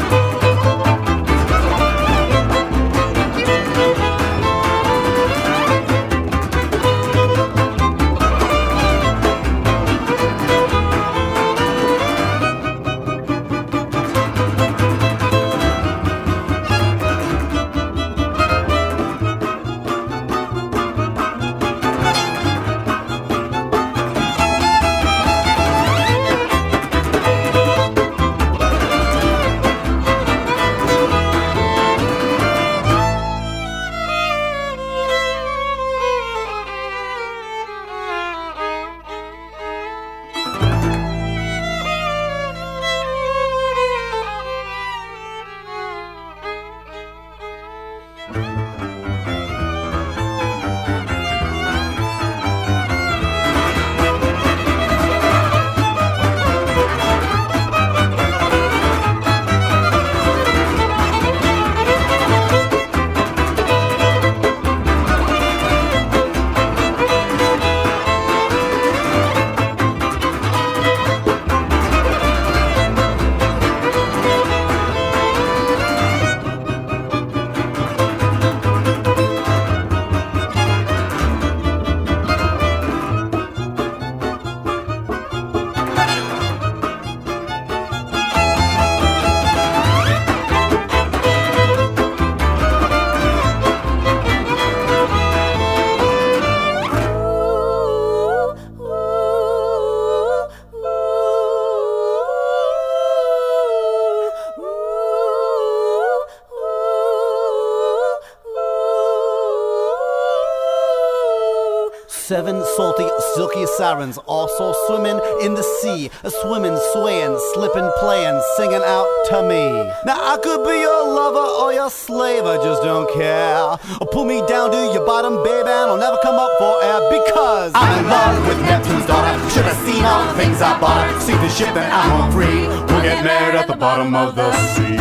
[SPEAKER 5] Seven salty, silky sirens also swimming in the sea, swimming, swaying, slipping, playing, singing out to me. Now I could be your lover or your slave, I just don't care. Pull me down to your bottom, baby, and I'll never come up for air. Because I'm in love with Neptune's daughter. Should have seen all the things I bought her. Sink the ship and I'm home free. We'll get married at the bottom of the sea.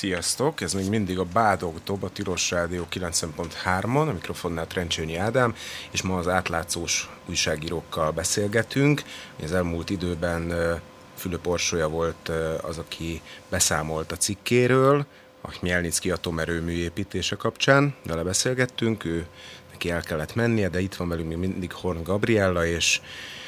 [SPEAKER 1] Sziasztok! Ez még mindig a Bádog Dob, a Tilos Rádió 90.3-on, a mikrofonnál Trencsényi Ádám, és ma az átlátszós újságírókkal beszélgetünk. Az elmúlt időben Fülöp Orsolya volt az, aki beszámolt a cikkéről, a Khmelnytszki atomerőmű építése kapcsán. Vele beszélgettünk, neki el kellett mennie, de itt van velünk még mindig Horn Gabriella és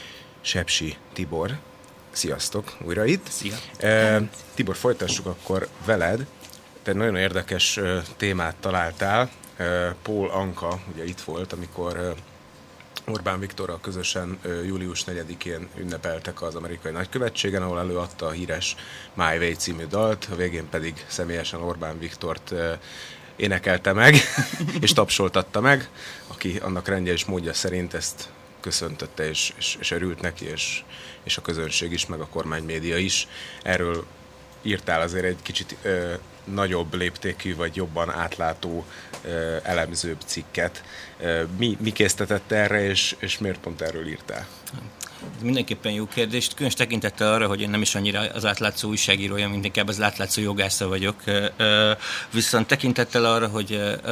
[SPEAKER 1] Sepsi Tibor. Sziasztok, újra itt.
[SPEAKER 3] Szia.
[SPEAKER 1] Tibor, folytassuk akkor veled. Te nagyon érdekes témát találtál. Paul Anka ugye itt volt, amikor Orbán Viktorral közösen július 4-én ünnepeltek az amerikai nagykövetségen, ahol előadta a híres My Way című dalt, a végén pedig személyesen Orbán Viktort énekelte meg, és tapsoltatta meg, aki annak rendje és módja szerint ezt köszöntötte, és örült neki, és a közönség is, meg a kormánymédia is. Erről írtál azért egy kicsit nagyobb léptékű, vagy jobban átlátó, elemzőbb cikket. Mi késztetett erre, és miért pont erről írtál?
[SPEAKER 3] Ez mindenképpen jó kérdés. Különös tekintettel arra, hogy én nem is annyira az átlátszó újságírója, mint inkább az átlátszó jogásza vagyok. Viszont tekintettel arra, hogy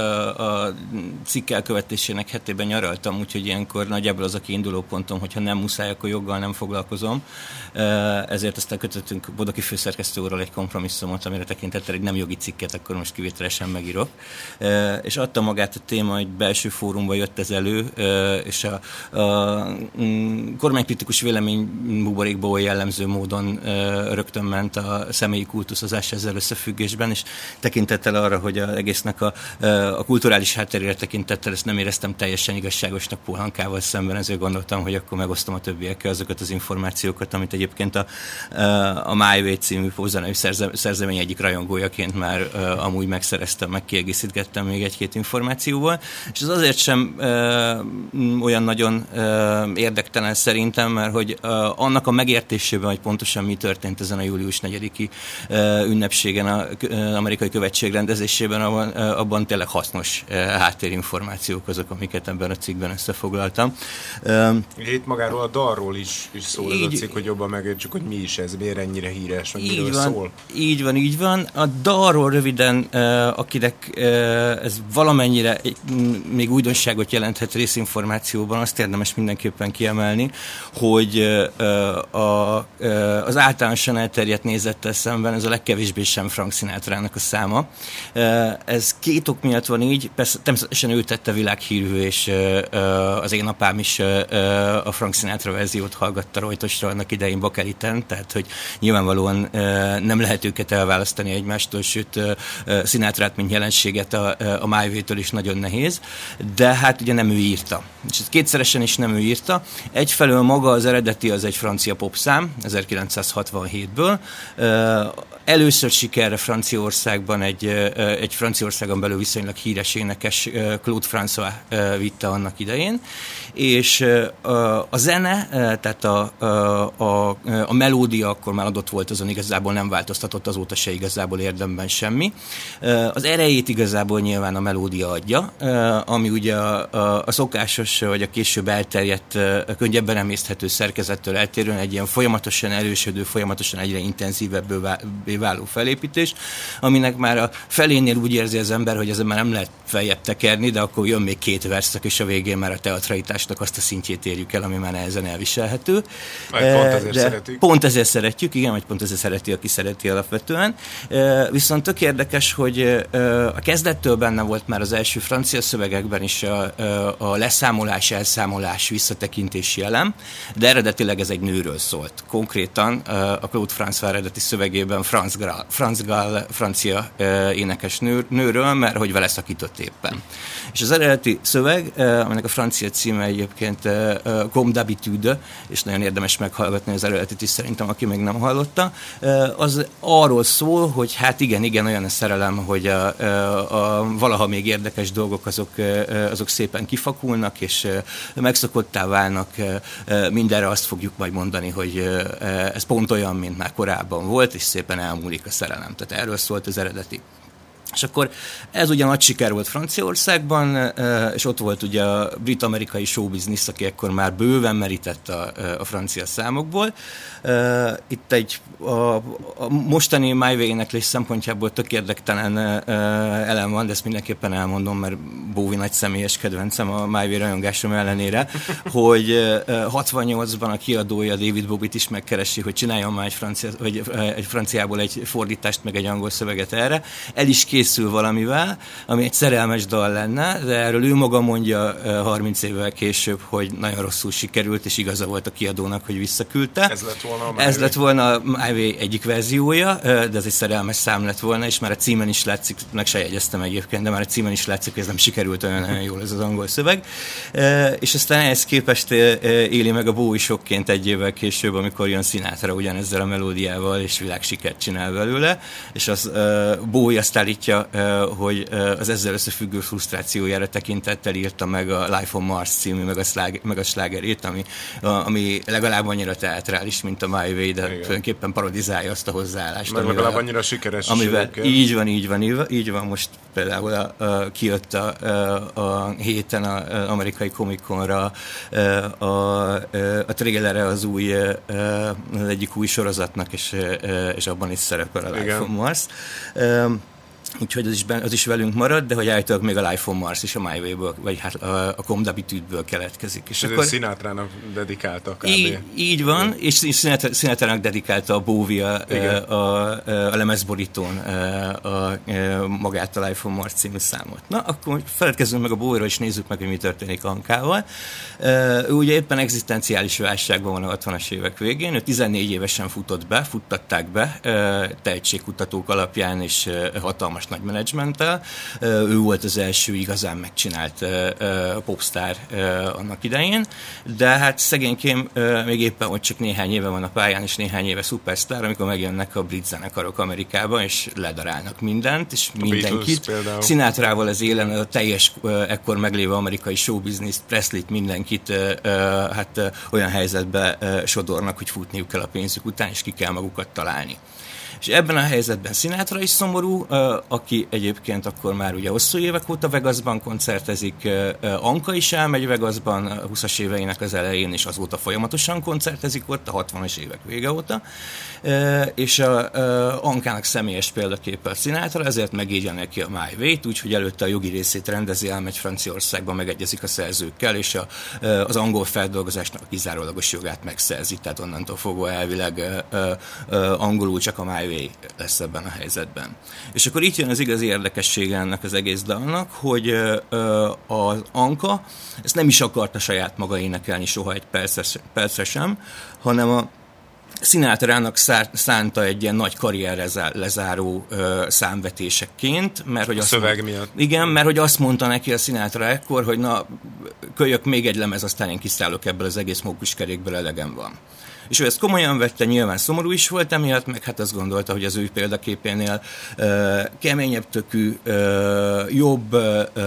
[SPEAKER 3] a cikk elkövetésének hetében nyaraltam, úgyhogy ilyenkor nagyjából az a kiinduló pontom, hogyha nem muszáj, akkor joggal nem foglalkozom. Ezért aztán kötöttünk Bodoki főszerkesztő úrral egy kompromisszumot, amire tekintettel egy nem jogi cikket, akkor most kivételesen megírok. És adta magát a téma, egy belső fórumba jött ez elő, és a kormánykritikus véleménybuborékból jellemző módon rögtön ment a személyi kultuszozás ezzel összefüggésben, és tekintettel arra, hogy az egésznek a kulturális hátterére tekintettel ezt nem éreztem teljesen igazságosnak Paul Ankával szemben, ezért gondoltam, hogy akkor megosztom a többiekkel azokat az információkat, amit egyébként a My Way című pózanevű szerzemény egyik rajongójaként már amúgy megszereztem, meg kiegészítgettem még egy-két információval, és ez azért sem olyan nagyon érdektelen szerintem, mert hogy annak a megértésében, hogy pontosan mi történt ezen a július 4-i ünnepségen az amerikai követség rendezésében, abban tényleg hasznos háttérinformációk azok, amiket ebben a cikkben összefoglaltam.
[SPEAKER 1] Itt magáról a dalról is szól ez a cikk, hogy jobban megértsük, hogy mi is ez, miért ennyire híres, vagy miről szól.
[SPEAKER 3] Így van. A dalról röviden, akinek ez valamennyire még újdonságot jelenthet részinformációban, azt érdemes mindenképpen kiemelni, hogy az általánosan elterjedt nézettel szemben ez a legkevésbé sem Frank Sinatrának a száma. Ez két ok miatt van így, persze természetesen ő tette világhírű, és az én apám is a Frank Sinatra verziót hallgatta rojtosra annak idején bakeliten, tehát hogy nyilvánvalóan nem lehet őket elválasztani egymástól, sőt Sinatrát, mint jelenséget a My Way-től is nagyon nehéz, de hát ugye nem ő írta. És ez kétszeresen is nem ő írta. Egyfelől maga az eredeti az egy francia popszám 1967-ből. Először sikerre Franciaországban egy Franciaországon belül viszonylag híres énekes Claude François vitte annak idején, és a zene, tehát a melódia akkor már adott volt, azon igazából nem változtatott azóta se igazából érdemben semmi. Az erejét igazából nyilván a melódia adja, ami ugye a szokásos, vagy a később elterjedt, könnyebben emészthető szerkezettől eltérően egy ilyen folyamatosan erősödő, folyamatosan egyre intenzívebbé váló felépítés, aminek már a felénél úgy érzi az ember, hogy ezen már nem lehet feljebb tekerni, de akkor jön még két verszak, és a végén már a teatralitásnak azt a szintjét érjük el, ami már nehezen elviselhető. Pont ezért szeretjük, igen, vagy pont ezért szereti, aki szereti alapvetően. Viszont tök érdekes, hogy a kezdettől benne volt már az első francia szövegekben is a leszámolás, elszámolás, visszatekintési elem, de eredetileg ez egy nőről szólt. Konkrétan a Claude François eredeti szövegében Franz Gall francia énekes nőről, mert hogy vele szakított éppen. És az eredeti szöveg, aminek a francia címe egyébként Comme d'habitude, és nagyon érdemes meghallgatni az eredetit is szerintem, aki még nem hallotta, az arról szól, hogy hát igen, olyan a szerelem, hogy a valaha még érdekes dolgok azok szépen kifakulnak, és megszokottá válnak. Mindenre azt fogjuk majd mondani, hogy ez pont olyan, mint már korábban volt, és szépen elmúlik a szerelem. Tehát erről szólt az eredeti. És akkor ez ugye nagy siker volt Franciaországban, és ott volt ugye a brit-amerikai showbiznisz, aki ekkor már bőven merített a francia számokból. Itt a mostani My Way éneklés szempontjából tök érdektelen elem van, de ezt mindenképpen elmondom, mert Bowie nagy személyes kedvencem a My Way rajongásom ellenére, hogy 68-ban a kiadója David Bowie-t is megkeresi, hogy csináljon már egy franciából egy fordítást, meg egy angol szöveget erre. El is készül valamivel, ami egy szerelmes dal lenne, de erről ő maga mondja 30 évvel később, hogy nagyon rosszul sikerült, és igaza volt a kiadónak, hogy visszaküldte. Ez lett volna a My Way egyik verziója, de ez egy szerelmes szám lett volna, és már a címen is látszik, meg se jegyeztem egyébként, de már a címen is látszik, hogy ez nem sikerült olyan jól ez az angol szöveg. És aztán ehhez képest éli meg a Bowie sokként egy évvel később, amikor jön Sinatra ugyanezzel a melódiával, és világsikert csinál belőle, és az Bowie azt állítja, hogy az ezzel összefüggő frusztrációjára tekintettel írta meg a Life on Mars című, meg a slágerét, ami legalább annyira teátrális, mint a My Way, de tulajdonképpen parodizálja azt a hozzáállást.
[SPEAKER 1] Meg legalább annyira sikeres.
[SPEAKER 3] Amivel, így van, most például kijött a héten az amerikai Comic-Conra a trailere az egyik új sorozatnak, és abban is szerepel a Life on Mars. Úgyhogy az is velünk marad, de hogy állítólag még a Life on Mars is a My Way-ből, vagy hát a Comme d'habitude-ből keletkezik. És
[SPEAKER 1] ez
[SPEAKER 3] akkor
[SPEAKER 1] Sinatrának dedikálta kb.
[SPEAKER 3] Így van, és Sinatrának dedikálta a Bowie a lemezborítón magát a Life on Mars című számot. Na, akkor feledkezzünk meg a Bowie-ról, és nézzük meg, hogy mi történik Ankával. Ő ugye éppen egzisztenciális válságban van a 60-as évek végén, ő 14 évesen futtatták be, tehetségkutatók alapján, és hatalmas nagy menedzsmenttel. Ő volt az első igazán megcsinált popstar annak idején, de hát szegénykém még éppen ott csak néhány éve van a pályán, és néhány éve szupersztár, amikor megjönnek a brit zenekarok Amerikában, és ledarálnak mindent, és mindenkit. Sinatrával az élen a teljes ekkor meglévő amerikai showbiznisz, Presleyt, mindenkit hát olyan helyzetbe sodornak, hogy futniuk kell a pénzük után, és ki kell magukat találni. És ebben a helyzetben Sinatra is szomorú, aki egyébként akkor már ugye hosszú évek óta Vegasban koncertezik, Anka is elmegy Vegasban a 20-as éveinek az elején, és azóta folyamatosan koncertezik ott, a 60-as évek vége óta, és Ankának személyes példaképpel Sinatra, ezért megírja neki a My Way-t, úgyhogy előtte a jogi részét rendezi, elmegy Franciaországba, megegyezik a szerzőkkel, és az angol feldolgozásnak a kizárólagos jogát megszerzi, tehát onnantól fogva elvileg angolul csak a My Way lesz ebben a helyzetben. És akkor itt jön az igazi érdekessége ennek az egész dalnak, hogy az Anka ezt nem is akarta saját maga énekelni soha egy percre sem, hanem a Sinatrának szánta egy ilyen nagy karrierre lezáró számvetésekként, mert hogy
[SPEAKER 1] a szöveg miatt.
[SPEAKER 3] Igen, mert hogy azt mondta neki a Sinatra ekkor, hogy na, kölyök még egy lemez, aztán én kiszállok ebből az egész mókuskerékből, elegem van. És ő ezt komolyan vette, nyilván szomorú is volt emiatt, meg hát azt gondolta, hogy az ő példaképénél keményebb tökű, jobb,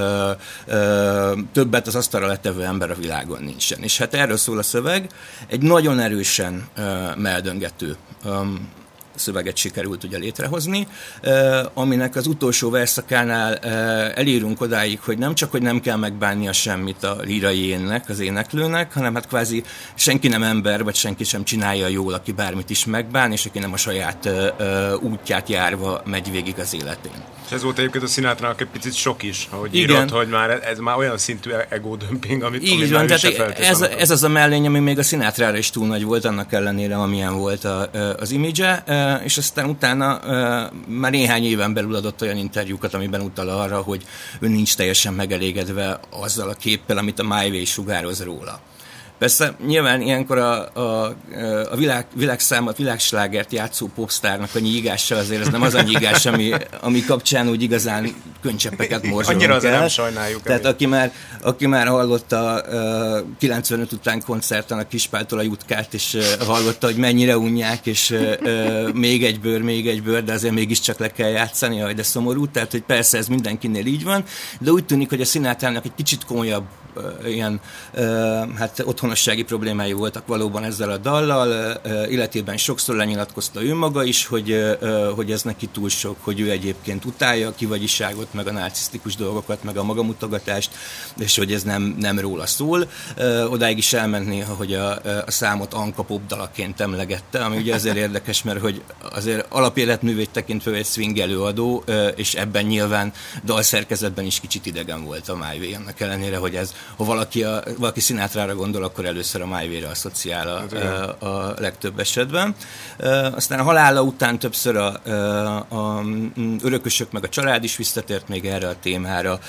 [SPEAKER 3] többet az asztalra letevő ember a világon nincsen. És hát erről szól a szöveg, egy nagyon erősen meldöngető szöveget sikerült ugye létrehozni, aminek az utolsó verszakánál elérünk odáig, hogy nem csak, hogy nem kell megbánnia semmit a lírai énnek, az éneklőnek, hanem hát kvázi senki nem ember, vagy senki sem csinálja jól, aki bármit is megbán, és aki nem a saját útját járva megy végig az életén.
[SPEAKER 1] És ez volt egyébként a Sinatrának egy picit sok is, ahogy írott, hogy már ez már olyan szintű ego-dömping, amit már is se feltétlenül.
[SPEAKER 3] Ez az a mellény, ami még a Sinatrára is túl nagy volt, annak ellenére, amilyen volt az image-e, és aztán utána már néhány éven belül adott olyan interjúkat, amiben utal arra, hogy ő nincs teljesen megelégedve azzal a képpel, amit a My Way sugároz róla. Persze nyilván ilyenkor a világszámot, világslágert játszó popstárnak a nyígása azért ez nem az a nyígás, ami kapcsán úgy igazán könycseppeket morzsolunk el.
[SPEAKER 1] Annyira azért nem sajnáljuk.
[SPEAKER 3] Tehát aki már hallotta 95 után koncerten a Kispáltól a Jutkát, és hallotta, hogy mennyire unják, és még egy bőr, de azért mégiscsak le kell játszani, jaj, de szomorú. Tehát, hogy persze ez mindenkinél így van, de úgy tűnik, hogy a Sinatrának egy kicsit komolyabb ilyen hát otthonossági problémái voltak valóban ezzel a dallal, életében sokszor lenyilatkozta ő maga is, hogy ez neki túl sok, hogy ő egyébként utálja a kivagyiságot, meg a narcisztikus dolgokat, meg a magamutogatást, és hogy ez nem róla szól. Odáig is elment néha, hogy a számot Anka pop dalaként emlegette, ami ugye azért érdekes, mert hogy azért alapéletművét tekintve egy swing előadó, és ebben nyilván dalszerkezetben is kicsit idegen volt a My Way, annak ellenére, hogy ez, ha valaki Sinatrára gondol, akkor először a My Way-re asszociál a legtöbb esetben. Aztán a halála után többször a örökösök meg a család is visszatért még erre a témára.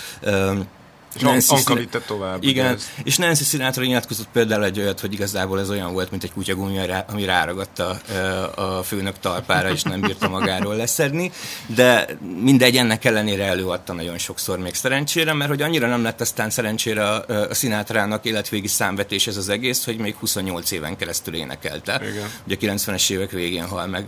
[SPEAKER 1] Anka vitte tovább.
[SPEAKER 3] Igen, és Nancy Sinatra nyilatkozott például egy olyat, hogy igazából ez olyan volt, mint egy kutyagumi, ami ráragadt a főnök talpára, és nem bírta magáról leszedni, de mindegy, ennek ellenére előadta nagyon sokszor még szerencsére, mert hogy annyira nem lett aztán szerencsére a Sinatrának életvégi számvetés ez az egész, hogy még 28 éven keresztül énekelte. Igen. Ugye 90-es évek végén hal meg.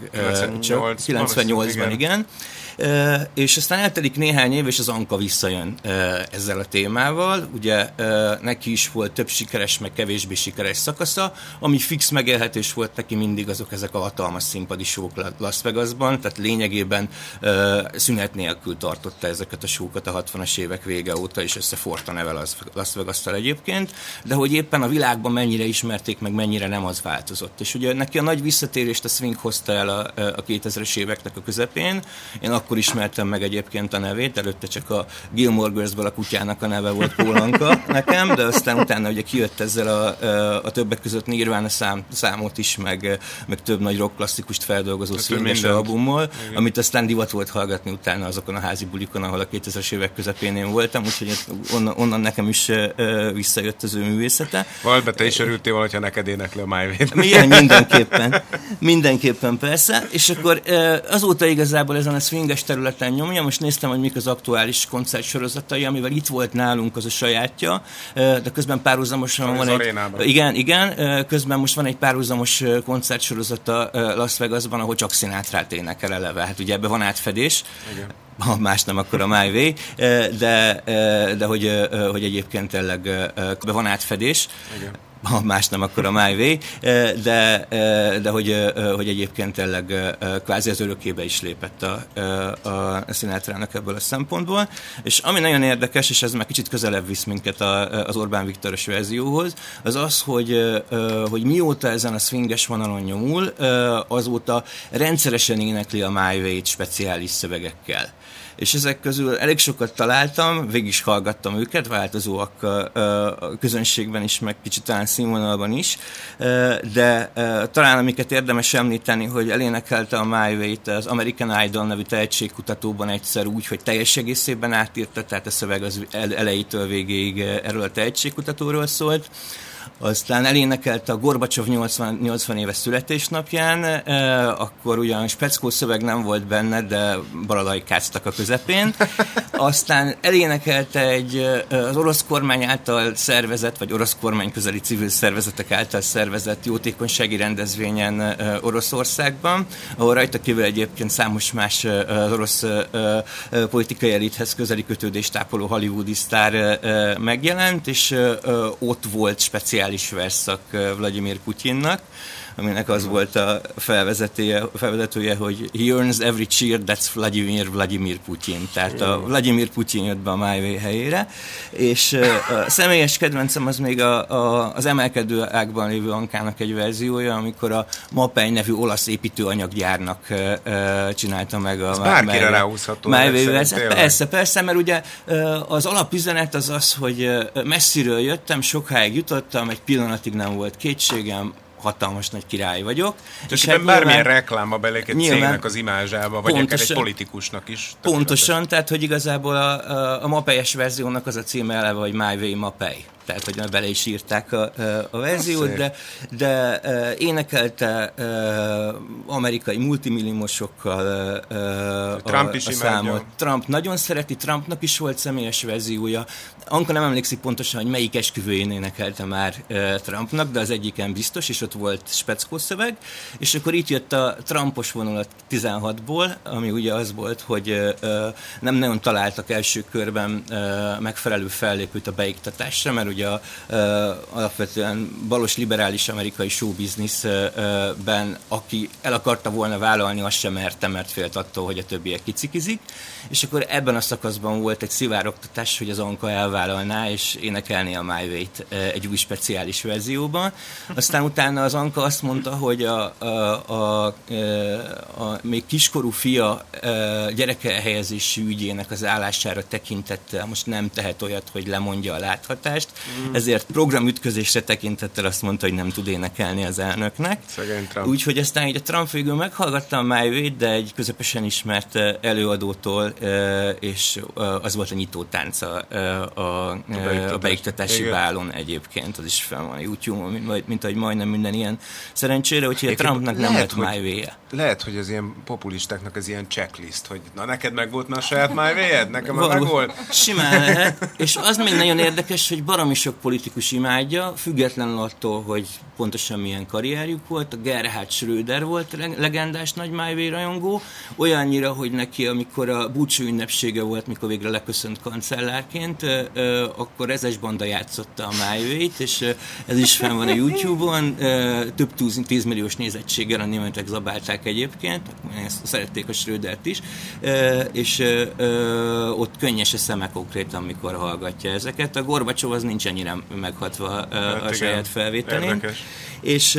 [SPEAKER 3] 98-ban, igen. És aztán eltelik néhány év, és az Anka visszajön ezzel a témával. Ugye neki is volt több sikeres, meg kevésbé sikeres szakasza, ami fix megélhetős volt neki mindig ezek a hatalmas színpadi show-k Las Vegasban, tehát lényegében szünet nélkül tartotta ezeket a show-kat a 60-as évek vége óta, és összeforta neve Las Vegas-tal egyébként, de hogy éppen a világban mennyire ismerték, meg mennyire nem, az változott. És ugye neki a nagy visszatérést a swing hozta el a 2000-es éveknek a közepén. Én akkor ismertem meg egyébként a nevét, előtte csak a Gilmore Girls-ből a kutyának a neve volt Pólanka nekem, de aztán utána ugye kijött ezzel a többek között Nirvana számot is, meg több nagy rock klasszikust feldolgozó swinges albummal, amit aztán divat volt hallgatni utána azokon a házi bulikon, ahol a 2000-es évek közepén én voltam, úgyhogy onnan nekem is visszajött az ő művészete.
[SPEAKER 1] Valbe te is örültél valahogy, ha neked énekli a My Way-t.
[SPEAKER 3] Mindenképpen persze, és akkor azóta igazából ezen a swinges területen nyomja, most néztem, hogy mik az aktuális koncertsorozatai, amivel itt volt nálunk az a sajátja, de közben párhuzamosan van egy... Igen, közben most van egy párhuzamos koncertsorozata Las Vegasban, ahol csak Sinatrát énekel eleve. Hát ugye ebben van átfedés. Igen. Ha más nem, akkor a My Way, de hogy egyébként tényleg van átfedés. Igen. Ha más nem, akkor a My Way, de hogy egyébként tényleg kvázi az örökébe is lépett a Sinatrának ebből a szempontból. És ami nagyon érdekes, és ez már kicsit közelebb visz minket az Orbán Viktoros verzióhoz, az, hogy mióta ezen a swinges vonalon nyomul, azóta rendszeresen énekli a My Way-t speciális szövegekkel. És ezek közül elég sokat találtam, végig is hallgattam őket, változóak a közönségben is, meg kicsit talán színvonalban is, de talán amiket érdemes említeni, hogy elénekelte a My Way-t az American Idol nevű tehetségkutatóban egyszer úgy, hogy teljes egészében átírta, tehát a szöveg az elejétől végéig erről a tehetségkutatóról szólt. Aztán elénekelte a Gorbacsov 80 éves születésnapján, akkor ugyan speckó szöveg nem volt benne, de balalajkáztak a közepén. Aztán elénekelte az orosz kormány által szervezett, vagy orosz kormány közeli civil szervezetek által szervezett jótékonysági rendezvényen Oroszországban, ahol rajta kívül egyébként számos más az orosz politikai elithez közeli kötődést tápoló hollywoodi sztár megjelent, és ott volt speciális versszak Vladimir Putyinnak, aminek az volt a felvezetője, hogy he earns every cheer, that's Vladimir Putyin. Tehát a Vladimir Putyin jött be a My Way helyére, és a személyes kedvencem az még az emelkedő ágban lévő Ankának egy verziója, amikor a Mapei nevű olasz építőanyaggyárnak csinálta meg a
[SPEAKER 1] bárkire ráhúzható.
[SPEAKER 3] My Way. Persze, mert ugye az alapüzenet az, hogy messziről jöttem, sokáig jutottam, egy pillanatig nem volt kétségem, hatalmas nagy király vagyok.
[SPEAKER 1] És hát bármilyen reklámba belek egy cégnek az imázsába, vagy akár egy politikusnak is.
[SPEAKER 3] Pontosan, tehát hogy igazából a mapelyes verziónak az a címe eleve, hogy My Way Mapei. Tehát, hogy bele is írták a verziót, de énekelte amerikai multimillimosokkal
[SPEAKER 1] Trump is
[SPEAKER 3] a számot. Trump nagyon szereti, Trumpnak is volt személyes verziója. Anka nem emlékszik pontosan, hogy melyik esküvőjén énekelte már Trumpnak, de az egyiken biztos, és ott volt speckó szöveg, és akkor itt jött a Trumpos vonulat 16-ból, ami ugye az volt, hogy nem nagyon találtak első körben megfelelő fellépőt a beiktatásra, mert ugye hogy alapvetően balos liberális amerikai showbizniszben, aki el akarta volna vállalni, azt sem merte, mert félt attól, hogy a többiek kicikizik. És akkor ebben a szakaszban volt egy szivárogtatás, hogy az Anka elvállalná, és énekelné a My Way-t egy új speciális verzióban. Aztán utána az Anka azt mondta, hogy a még kiskorú fia gyereke elhelyezési ügyének az állására tekintettel most nem tehet olyat, hogy lemondja a láthatást, ezért programütközésre tekintettel azt mondta, hogy nem tud énekelni az elnöknek. Úgyhogy aztán így a Trump végül meghallgatta a My Way-t, de egy közepesen ismert előadótól, és az volt a nyitótánca a beiktatási bálon egyébként, az is fel van a YouTube-on, mint ahogy majdnem minden ilyen szerencsére, úgyhogy a Trumpnak nem lett My Way-je.
[SPEAKER 1] Lehet, hogy az ilyen populistáknak az ilyen checklist, hogy na neked meg volt már a saját My Way-ed? Nekem meg volt?
[SPEAKER 3] Simán lehet, és az még nagyon érdekes, hogy baromi sok politikus imádja, függetlenül attól, hogy pontosan milyen karrierjük volt. A Gerhard Schröder volt legendás nagy My Way rajongó, olyannyira, hogy neki, amikor a búcsú ünnepsége volt, mikor végre leköszönt kancellárként, akkor Rezes Banda játszotta a My Way-t, és ez is fenn van a YouTube-on, több 10 milliós nézettséggel, a németek zabálták egyébként, szerették a Schrödert is, és ott könnyes a szeme konkrétan, amikor hallgatja ezeket. A Gorbacsov az nincs ennyire meghatva a saját felvételén. Érdekes. És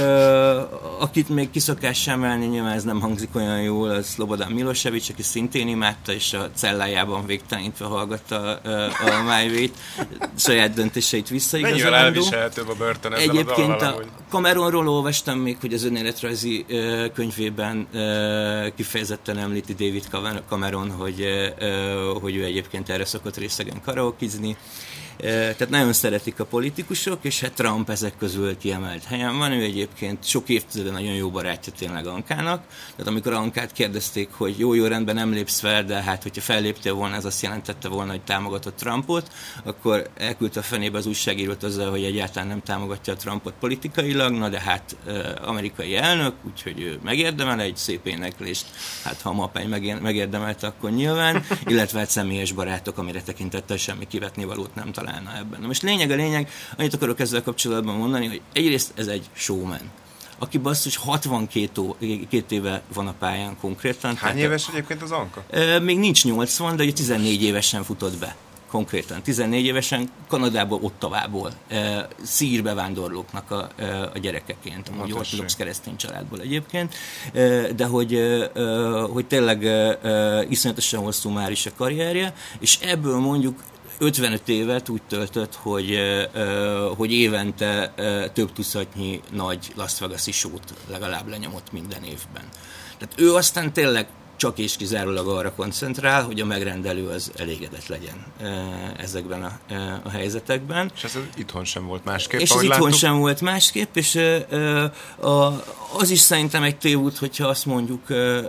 [SPEAKER 3] akit még kiszokás emelni, nyilván ez nem hangzik olyan jól, az Slobodan Milosevic, aki szintén imádta, és a cellájában végtelenítve hallgatta a My Way-t, saját döntéseit visszaigazolandó.
[SPEAKER 1] Mennyivel elviselhetőbb a börtön ezzel
[SPEAKER 3] egyébként a Cameronról olvastam még, hogy az önéletrajzi könyvében kifejezetten említi David Cameron, hogy ő egyébként erre szokott részegen karaokizni. Tehát nagyon szeretik a politikusok, és hát Trump ezek közül kiemelt helyen van. Ő egyébként sok évtizede nagyon jó barátja tényleg Ankának. Tehát amikor Ankát kérdezték, hogy jó rendben nem lépsz fel, de hát hogyha felléptél volna, ez azt jelentette volna, hogy támogatott Trumpot, akkor elküldte a fenébe az újságírót azzal, hogy egyáltalán nem támogatja a Trumpot politikailag, na de hát amerikai elnök, úgyhogy ő megérdemel egy szép éneklést, hát ha a mapány megérdemelte, akkor nyilván, illetve hát személyes barátok, amire tekintettel semmi kivetnivalót nem találna ebben. Na most lényeg, annyit akarok ezzel kapcsolatban mondani, hogy egyrészt ez egy showman, aki basszus 62 éve van a pályán konkrétan.
[SPEAKER 1] Hány éves egyébként az Anka?
[SPEAKER 3] Még nincs 80, de ugye 14 évesen futott be. Konkrétan 14 évesen Kanadából, Ottavából, szír bevándorlóknak a gyerekeként, amúgy ortodox keresztény családból egyébként, de hogy tényleg iszonyatosan hosszú már is a karrierje, és ebből mondjuk 55 évet úgy töltött, hogy évente több tucatnyi nagy Las Vegas-i show-t legalább lenyomott minden évben. Tehát ő aztán tényleg csak és kizárólag arra koncentrál, hogy a megrendelő az elégedett legyen ezekben a helyzetekben.
[SPEAKER 1] És ez itthon sem volt másképp,
[SPEAKER 3] és ez itthon sem volt másképp, és az is szerintem egy tévút, hogyha azt mondjuk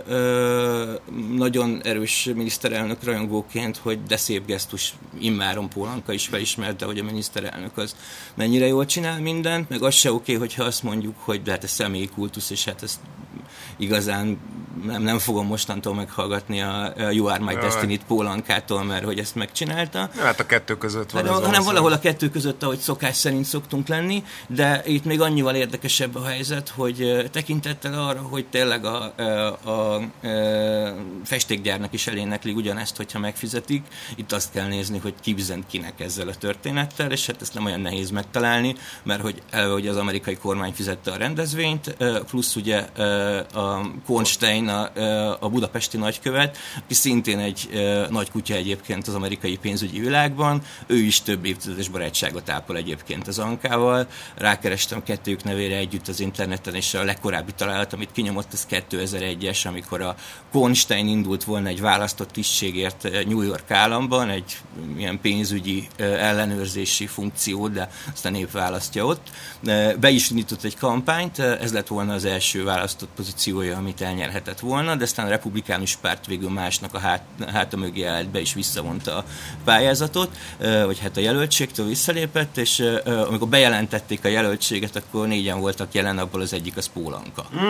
[SPEAKER 3] nagyon erős miniszterelnök rajongóként, hogy de szép gesztus, immáron Pól Anka is felismerte, hogy a miniszterelnök az mennyire jól csinál mindent, meg az se oké, hogyha azt mondjuk, hogy de hát ez személyi kultusz, és hát ezt igazán nem fogom mostantól meghallgatni a You Are My Destiny-t Pól Ankától, mert hogy ezt megcsinálta.
[SPEAKER 1] Hát a kettő között van.
[SPEAKER 3] Hanem valahol a kettő között, ahogy szokás szerint szoktunk lenni, de itt még annyival érdekesebb a helyzet, hogy tekintettel arra, hogy tényleg a festékgyárnak is elénekli ugyanezt, hogyha megfizetik. Itt azt kell nézni, hogy ki üzent kinek ezzel a történettel, és hát ezt nem olyan nehéz megtalálni, mert hogy az amerikai kormány fizette a rendezvényt, plusz ugye a Kornstein, a budapesti nagykövet, aki szintén egy nagy kutya egyébként az amerikai pénzügyi világban, ő is több évtizedes barátságot ápol egyébként az Ankával. Rákerestem kettőjük nevére együtt az interneten, és a legkorábbi találat, amit kinyomott, ez 2001-es, amikor a Kornstein indult volna egy választott tisztségért New York államban, egy ilyen pénzügyi ellenőrzési funkció, de azt a nép választja ott. Be is indított egy kampányt, ez lett volna az első választott pozíciója, amit elnyerhetett volna, de aztán a republikánus párt végül másnak a háta mögé állt be, és visszavonta a pályázatot, vagy hát a jelöltségtől visszalépett, és amikor bejelentették a jelöltséget, akkor 4-en voltak jelen, abból az egyik az Pól Anka.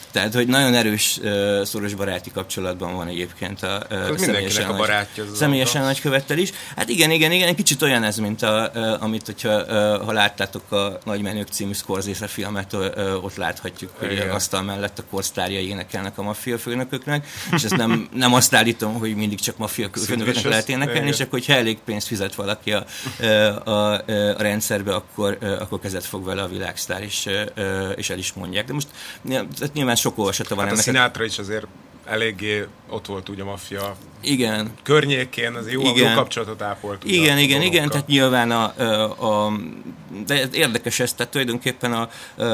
[SPEAKER 3] Tehát, hogy nagyon erős, szoros baráti kapcsolatban van egyébként a személyesen nagykövettel is. Hát igen, egy kicsit olyan ez, mint amit, ha láttátok a Nagymenők című Scorsese filmet, ott láthatjuk, hogy asztal mellett a korsztárjai énekelnek a maffia főnököknek, és ezt nem azt állítom, hogy mindig csak maffia főnököknek lehet énekelni, és akkor, hogyha elég pénzt fizet valaki a rendszerbe, akkor kezet fog vele a világsztár, és el is mondják. De most nyilván sok olvasata van ennek.
[SPEAKER 1] A Sinatra is azért eléggé ott volt úgy a maffia környékén, az jó kapcsolatot ápolt.
[SPEAKER 3] Igen, tehát nyilván de érdekes ez, tehát tulajdonképpen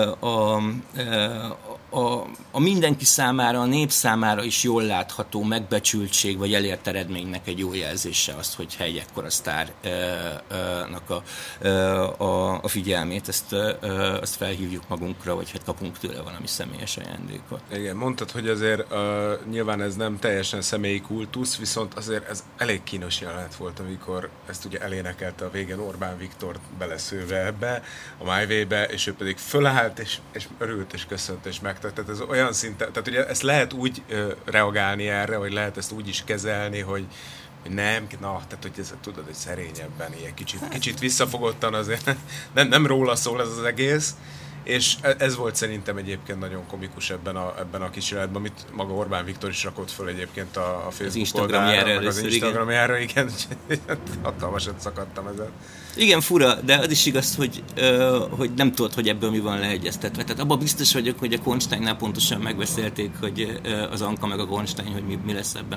[SPEAKER 3] a mindenki számára, a nép számára is jól látható megbecsültség, vagy elért eredménynek egy jó jelzése az, hogy egy ekkora sztárnak a figyelmét, azt felhívjuk magunkra, vagy hát kapunk tőle valami személyes ajándékot.
[SPEAKER 1] Igen, mondtad, hogy azért nyilván ez nem teljesen személyi kultusz, viszont azért ez elég kínos jelenet volt, amikor ezt ugye elénekelte a végén Orbán Viktor beleszőve ebbe, a My Way-be, és ő pedig fölállt, és örült, és köszönt, és megtett. Tehát ez olyan szinten, tehát ugye ezt lehet úgy reagálni erre, vagy lehet ezt úgy is kezelni, hogy tehát hogy ez, tudod, hogy szerényebben, ilyen kicsit visszafogottan azért, nem róla szól ez az egész, és ez volt szerintem egyébként nagyon komikus ebben a kísérletben, amit maga Orbán Viktor is rakott föl egyébként a Facebook oldalra, meg az Instagramjára, igen, hatalmasat szakadtam ezen.
[SPEAKER 3] Igen, fura, de az is igaz, hogy nem tudod, hogy ebből mi van leegyeztetve. Tehát abban biztos vagyok, hogy a Kornsteinnál pontosan megbeszélték, hogy az Anka meg a Kornstein, hogy mi lesz ebben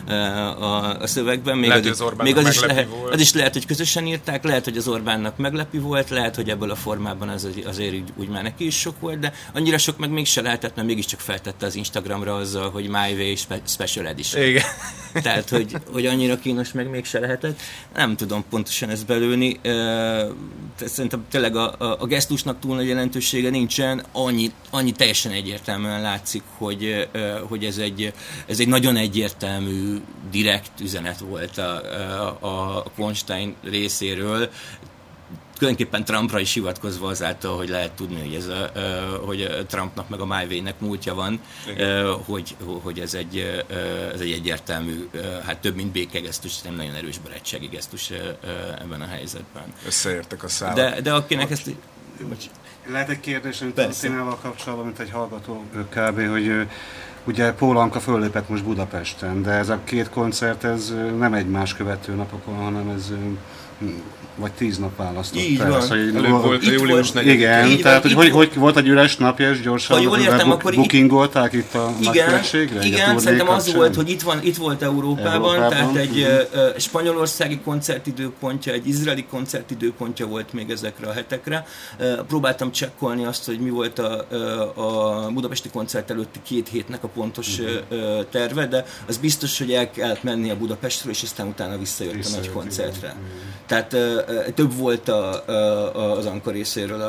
[SPEAKER 3] a szövegben. Még
[SPEAKER 1] lehet, hogy az Orbánnak meglepő volt.
[SPEAKER 3] Az is lehet, hogy közösen írták, lehet, hogy az Orbánnak meglepő volt, lehet, hogy ebből a formában azért úgy már neki is sok volt, de annyira sok meg mégse lehetett, mert mégiscsak feltette az Instagramra azzal, hogy My Way Special Edition.
[SPEAKER 1] Igen.
[SPEAKER 3] Tehát, hogy annyira kínos meg mégse lehetett. Nem tudom pontosan ezt belőni. Szerintem tényleg a gesztusnak túl nagy jelentősége nincsen, annyi teljesen egyértelműen látszik, hogy ez egy nagyon egyértelmű, direkt üzenet volt a Kornstein részéről, tulajdonképpen Trumpra is hivatkozva azáltal, hogy lehet tudni, hogy hogy Trumpnak meg a My Way-nek múltja van, hogy ez egy egyértelmű, hát több mint békegesztus, nem nagyon erős barátsági gesztus ebben a helyzetben.
[SPEAKER 1] Összeértek a szálak.
[SPEAKER 3] De akinek ezt...
[SPEAKER 6] Lehet egy kérdés, amit a színával kapcsolatban, mint egy hallgató kb., hogy ugye Pól Anka föllépett most Budapesten, de ez a két koncert, ez nem egymás követő napokon, hanem ez vagy 10 nap választott.
[SPEAKER 3] Így van.
[SPEAKER 1] Előbb volt a július 4.
[SPEAKER 6] Igen, tehát hogy volt egy üres napja, és gyorsan bookingolták itt a nagykövetségre?
[SPEAKER 3] Igen, szerintem az volt, hogy itt volt Európában, tehát egy spanyolországi koncertidőpontja, egy izraeli koncertidőpontja volt még ezekre a hetekre. Próbáltam csekkolni azt, hogy mi volt a budapesti koncert előtti 2 hétnek a pontos terve, de az biztos, hogy el kellett menni a Budapestről, és aztán utána visszajött a nagy koncertre. Tehát több volt az Anka részéről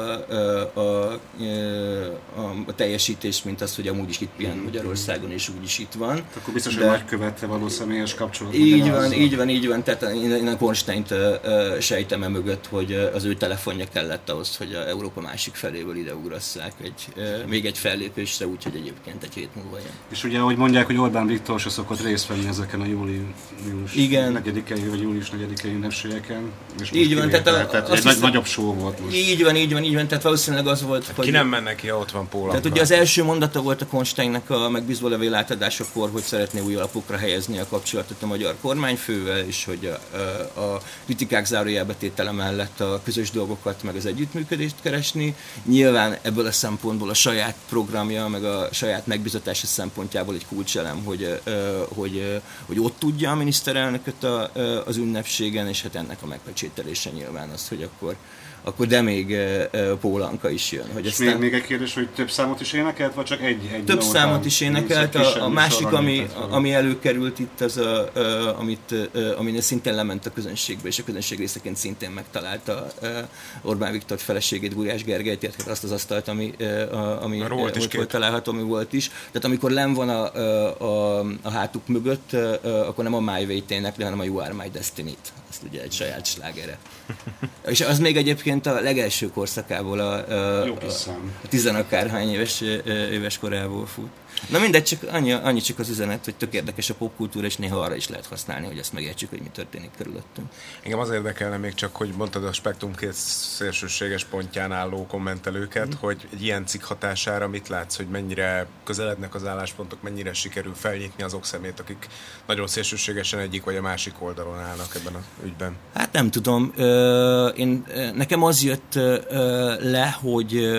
[SPEAKER 3] a teljesítés, mint az, hogy amúgy is itt pihen Magyarországon, és úgy is itt van.
[SPEAKER 6] Akkor biztos, hogy nagykövette való személyes kapcsolat.
[SPEAKER 3] Így van. Tehát én a Kornsteint sejtem mögött, hogy az ő telefonja kellett ahhoz, hogy a Európa másik feléből ideugrasszák még egy fellépésre, úgyhogy egyébként egy hét múlva jön.
[SPEAKER 6] És ugye, ahogy mondják, hogy Orbán Viktor se szokott részt venni ezeken a július 4-i vagy július 4-i ünnepségeken.
[SPEAKER 3] Így van,
[SPEAKER 6] tehát egy nagyobb show volt most.
[SPEAKER 3] Így van, tehát valószínűleg az volt,
[SPEAKER 1] hogy... Ki nem menne ki, ha ott van Pól Anka.
[SPEAKER 3] Tehát ugye az első mondata volt a Kornsteinnek a megbízó levél átadásakor, hogy szeretné új alapokra helyezni a kapcsolatot a magyar kormányfővel, és hogy a kritikák zárójelbe tétele mellett a közös dolgokat, meg az együttműködést keresni. Nyilván ebből a szempontból a saját programja, meg a saját megbízatása szempontjából egy kulcselem, hogy ott tudja a miniszterelnököt az ünnepségen, és hát ennek a megpecsételése nyilván az, hogy akkor de még Pól Anka is jön. Hogy
[SPEAKER 6] aztán... még egy kérdés, hogy több számot is énekelt, vagy csak egy
[SPEAKER 3] több számot is énekelt. A másik, ami előkerült itt, az aminél szintén lement a közönségbe, és a közönség részeként szintén megtalálta Orbán Viktor feleségét, Gulyás Gergelyt, illetve azt az asztalt, ami volt található, ami volt is. Tehát amikor lenn van a hátuk mögött, akkor nem a My Way-t énekli, hanem a You Are My Destiny-t. Azt ugye egy saját slágere. És az még egyébként egyébként a legelső korszakából, a tizenakárhány éves korából fut. Na mindegy, csak annyi csak az üzenet, hogy tök érdekes a popkultúra, és néha arra is lehet használni, hogy azt megértsük, hogy mi történik körülöttünk.
[SPEAKER 1] Engem az érdekelne még csak, hogy mondtad a spektrum két szélsőséges pontján álló kommentelőket, hogy egy ilyen cikk hatására mit látsz, hogy mennyire közelednek az álláspontok, mennyire sikerül felnyitni azok szemét, akik nagyon szélsőségesen egyik vagy a másik oldalon állnak ebben az ügyben?
[SPEAKER 3] Hát nem tudom. Nekem az jött le, hogy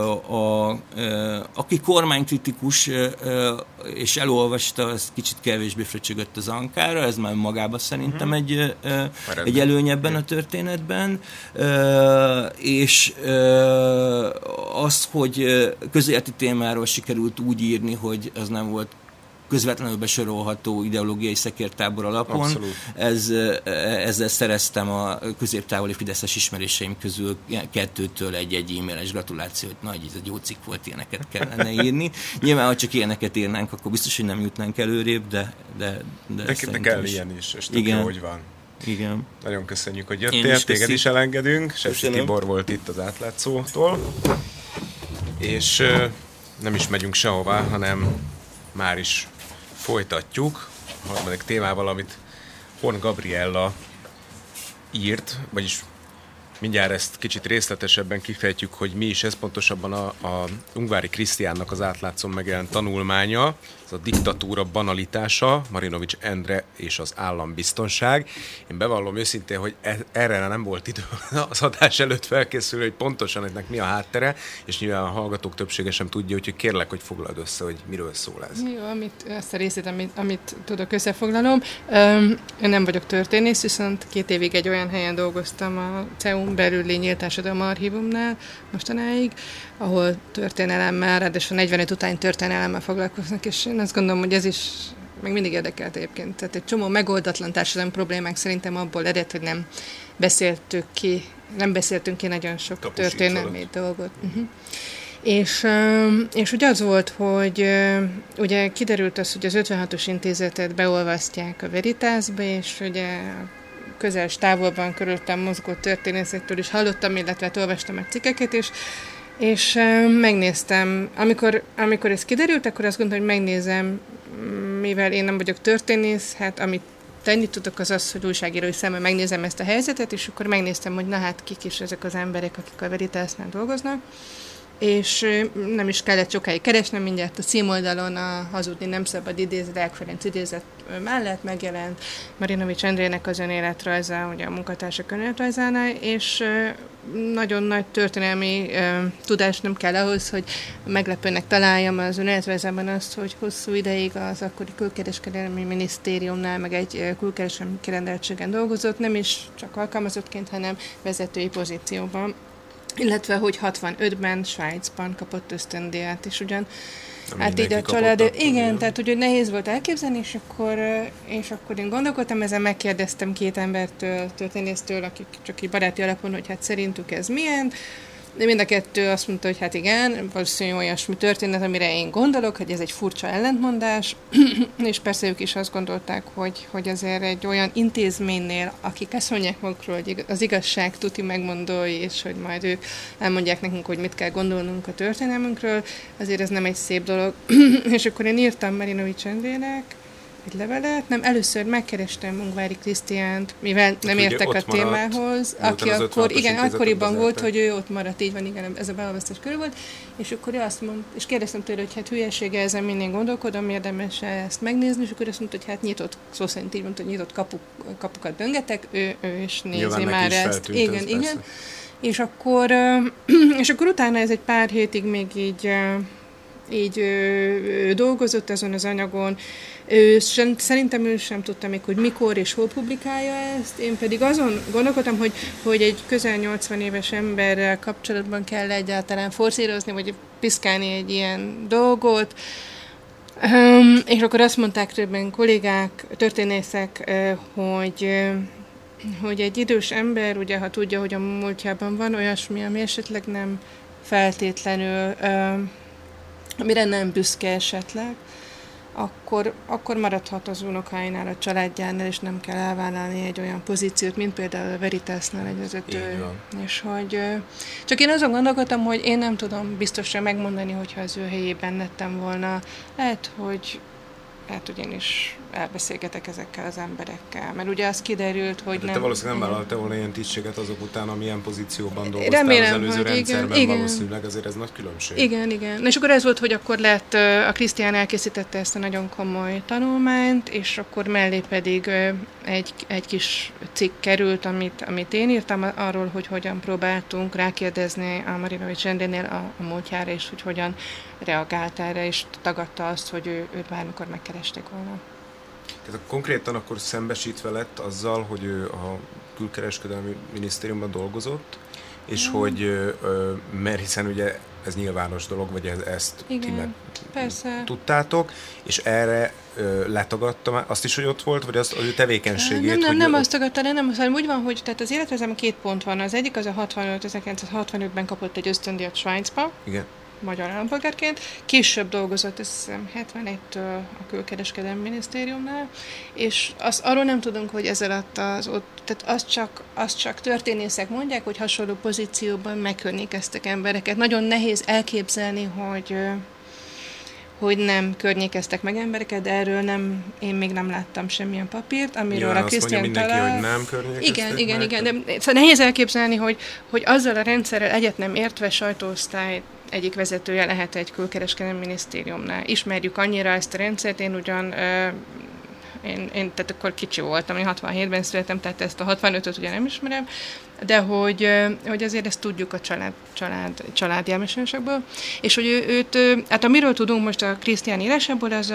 [SPEAKER 3] aki kormánykritikus és elolvasta, az kicsit kevésbé fröcsögött az ankára, ez már magában szerintem egy előny ebben a történetben, és az, hogy közéleti témáról sikerült úgy írni, hogy az nem volt közvetlenül besorolható ideológiai szekértábor alapon. Ezzel szereztem a középtávoli fideszes ismeréseim közül 2-től egy e-mailes gratulációt, hogy ez egy jó cikk volt, ilyeneket kellene írni. Nyilván, ha csak ilyeneket írnánk, akkor biztos, hogy nem jutnánk előrébb, de
[SPEAKER 1] kell ilyen is, és tök jó, hogy van.
[SPEAKER 3] Igen.
[SPEAKER 1] Nagyon köszönjük, hogy jöttél, téged is elengedünk. Sepsi Tibor volt itt az Átlátszótól. És nem is megyünk sehová, hanem már is folytatjuk a harmadik témával, amit Horn Gabriella írt, vagyis mindjárt ezt kicsit részletesebben kifejtjük, hogy mi is ez, pontosabban a Ungvári Krisztiánnak az Átlátszón megjelent tanulmánya, ez a diktatúra banalitása, Marinovics Endre és az állambiztonság. Én bevallom őszintén, hogy erre nem volt idő az adás előtt felkészülni, hogy pontosan ennek mi a háttere, és nyilván a hallgatók többsége sem tudja, úgyhogy kérlek, hogy foglald össze, hogy miről szól ez.
[SPEAKER 4] Jó, ezt a részét, amit tudok, összefoglalom. Én nem vagyok történész, viszont 2 évig egy olyan helyen dolgoztam a CEU-n belüli Nyílt Társadalmi Archívumnál mostanáig, ahol történelemmel, ráadásul 45 után történelemmel foglalkoznak, és én azt gondolom, hogy ez is meg mindig érdekelt egyébként. Tehát egy csomó megoldatlan társadalmi problémák szerintem abból ered, hogy nem beszéltünk ki nagyon sok történelmi dolgot. És ugye az volt, hogy ugye kiderült az, hogy az 56-os intézetet beolvasztják a Veritasba, és ugye közel távolban körülöttem mozgó történészektől is hallottam, illetve olvastam a cikkeket, és megnéztem, amikor ez kiderült, akkor azt gondoltam, hogy megnézem, mivel én nem vagyok történész, hát amit tenni tudok az, hogy újságírói szemmel megnézem ezt a helyzetet, és akkor megnéztem, hogy na hát kik is ezek az emberek, akik a Veritasnál dolgoznak, és nem is kellett sokáig keresnem, mindjárt a címoldalon a Hazudni nem szabad idézet, Deák Ferenc idézet mellett megjelent Marinovics Endrének az önéletrajza, ugye a munkatársak önéletrajzánál, és nagyon nagy történelmi tudás nem kell ahhoz, hogy meglepőnek találjam az önéletrajzában azt, hogy hosszú ideig az akkori külkereskedelmi minisztériumnál, meg egy külkereskedelmi kirendeltségen dolgozott, nem is csak alkalmazottként, hanem vezetői pozícióban. Illetve, hogy 65-ben Svájcban kapott ösztöndíjat, és ugyan hát így a család... Igen, tehát ugye nehéz volt elképzelni, és akkor én gondolkodtam, ezen megkérdeztem 2 embertől, történésztől, akik csak így baráti alapon, hogy hát szerintük ez milyen. De mind a 2 azt mondta, hogy hát igen, valószínűleg olyasmi történet, amire én gondolok, hogy ez egy furcsa ellentmondás, és persze ők is azt gondolták, hogy azért egy olyan intézménynél, akik ezt mondják magukról, hogy az igazság tuti megmondói, és hogy majd ők elmondják nekünk, hogy mit kell gondolnunk a történelmünkről, azért ez nem egy szép dolog. És akkor én írtam Marinovics Endrének egy levelet, nem, először megkerestem Ungvári Krisztiánt, mivel nem értek a témához, aki akkor, igen, akkoriban volt, hogy ő ott maradt, így van, igen, ez a beolvasztás körül volt, és akkor ő azt mondta, és kérdeztem tőle, hogy hát hülyesége, ezen mindig gondolkodom, érdemes ezt megnézni, és akkor azt mondta, hogy hát nyitott, szó szerint így mondta, hogy nyitott kapukat döngetek, ő is nézi nyilván már ezt. Igen, igen. És akkor utána ez egy pár hétig még így dolgozott azon az anyagon. Szerintem ő sem tudta még, hogy mikor és hol publikálja ezt. Én pedig azon gondolkodtam, hogy egy közel 80 éves emberrel kapcsolatban kell egyáltalán forszírozni, vagy piszkálni egy ilyen dolgot. És akkor azt mondták többen kollégák, történészek, hogy egy idős ember, ugye, ha tudja, hogy a múltjában van olyasmi, ami esetleg nem feltétlenül, amire nem büszke esetleg, akkor maradhat az unokáinál, a családjánál, és nem kell elvállalni egy olyan pozíciót, mint például a Veritasnál egy vezető. És hogy csak én azon gondolkodtam, hogy én nem tudom biztosra megmondani, hogyha az ő helyében lettem volna. Lehet, hogy én is elbeszélgetek ezekkel az emberekkel, mert ugye az kiderült, hogy
[SPEAKER 1] nem... Te valószínűleg nem vállaltál volna ilyen tisztséget azok után, amilyen pozícióban dolgoztál.
[SPEAKER 4] Remélem,
[SPEAKER 1] az előző rendszerben,
[SPEAKER 4] igen.
[SPEAKER 1] Valószínűleg azért ez nagy különbség.
[SPEAKER 4] Igen. És akkor ez volt, hogy akkor a Krisztián elkészítette ezt a nagyon komoly tanulmányt, és akkor mellé pedig egy kis cikk került, amit én írtam arról, hogy hogyan próbáltunk rákérdezni a Marinovics Endrénél a múltjára, és hogy hogyan reagált erre, és tagadta azt, hogy őt bármikor megkeresték volna.
[SPEAKER 1] Tehát konkrétan akkor szembesítve lett azzal, hogy ő a külkereskedelmi minisztériumban dolgozott, és hogy, mert hiszen ugye ez nyilvános dolog, vagy ezt tudtátok, és erre letagadta azt is, hogy ott volt, vagy azt, az ő tevékenységét?
[SPEAKER 4] Nem azt tagadta le, hanem úgy van, hogy tehát az életrajzában 2 pont van. Az egyik az a 1965-ben kapott egy ösztöndíjat Svájcba. Igen. Magyar állampolgárként. Később dolgozott, azt hiszem 71-től a külkereskedelmi minisztériumnál, és arról nem tudunk, hogy ez alatt tehát azt csak történészek mondják, hogy hasonló pozícióban megkörnyékeztek embereket. Nagyon nehéz elképzelni, hogy nem környékeztek meg embereket, de erről én még nem láttam semmilyen papírt, amiről a Krisztián talál.
[SPEAKER 1] Hogy nem környékeztek
[SPEAKER 4] igen, de szóval nehéz elképzelni, hogy azzal a rendszerrel egyet nem értve sajtóosztály egyik vezetője lehet egy külkereskedelmi minisztériumnál. Ismerjük annyira ezt a rendszert, én ugyan én tehát akkor kicsi voltam, én 67-ben születtem, tehát ezt a 65-öt ugye nem ismerem, de hogy azért ezt tudjuk a családi elmesélésekből, és hogy őt, hát amiről tudunk most a Krisztián írásából, az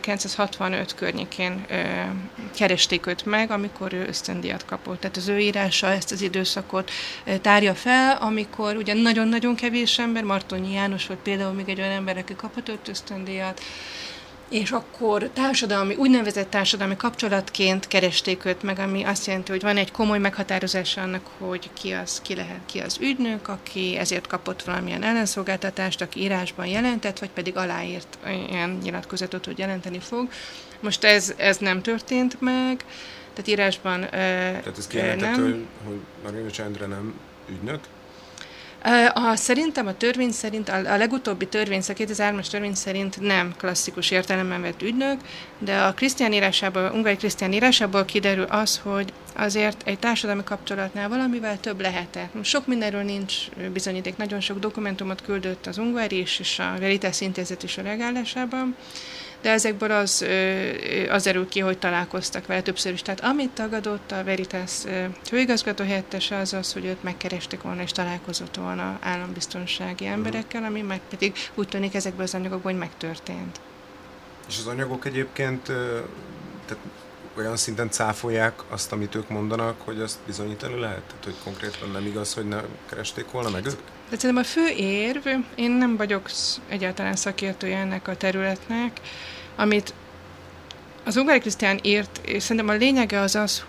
[SPEAKER 4] 1965 környékén keresték őt meg, amikor ő ösztöndíjat kapott. Tehát az ő írása ezt az időszakot tárja fel, amikor ugye nagyon-nagyon kevés ember, Martonyi János volt például még egy olyan ember, aki kapott ösztöndíjat, és akkor úgynevezett társadalmi kapcsolatként keresték őt meg, ami azt jelenti, hogy van egy komoly meghatározása annak, hogy ki az ügynök, aki ezért kapott valamilyen ellenszolgáltatást, aki írásban jelentett, vagy pedig aláírt ilyen nyilatkozatot, hogy jelenteni fog. Most ez nem történt meg, tehát írásban
[SPEAKER 1] tehát ez kijelentett, hogy Marinovics Endre nem ügynök?
[SPEAKER 4] Szerintem a törvény szerint, a legutóbbi törvény, a 2003-as törvény szerint nem klasszikus értelemben vett ügynök, de a Ungvári Krisztián írásából kiderül az, hogy azért egy társadalmi kapcsolatnál valamivel több lehetett. Sok mindenről nincs bizonyíték, nagyon sok dokumentumot küldött az Ungvári és a Veritas Intézet is a reagálásában, de ezekből az derül ki, hogy találkoztak vele többször is. Tehát amit tagadott a Veritas főigazgató helyettese, az, hogy őt megkeresték volna és találkozott volna állambiztonsági emberekkel, ami meg pedig úgy tűnik ezekből az anyagokból, hogy megtörtént.
[SPEAKER 1] És az anyagok egyébként tehát olyan szinten cáfolják azt, amit ők mondanak, hogy azt bizonyítani lehet? Tehát, hogy konkrétan nem igaz, hogy ne keresték volna meg ők?
[SPEAKER 4] De szerintem a fő érv, én nem vagyok egyáltalán szakértője ennek a területnek, amit az Ungvári Krisztián írt, és szerintem a lényege az,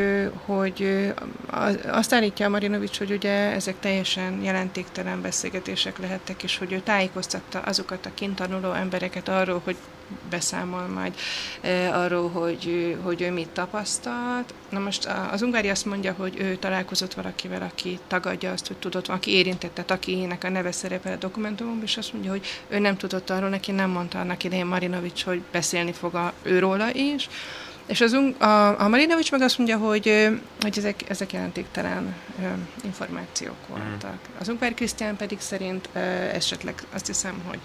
[SPEAKER 4] hogy azt állítja a Marinovics, hogy ugye ezek teljesen jelentéktelen beszélgetések lehettek, és hogy ő tájékoztatta azokat a kint tanuló embereket arról, hogy beszámol majd arról, hogy ő mit tapasztalt. Na most az Ungvári azt mondja, hogy ő találkozott valakivel, aki tagadja azt, hogy tudott, aki érintett, tehát akinek a neve szerepel a dokumentumban, és azt mondja, hogy ő nem tudott arról, neki nem mondta annak idején Marinovics, hogy beszélni fog őróla is. És a Marinovics meg azt mondja, hogy ezek jelentéktelen információk voltak. Az Ungvári Krisztián pedig szerint esetleg azt hiszem, hogy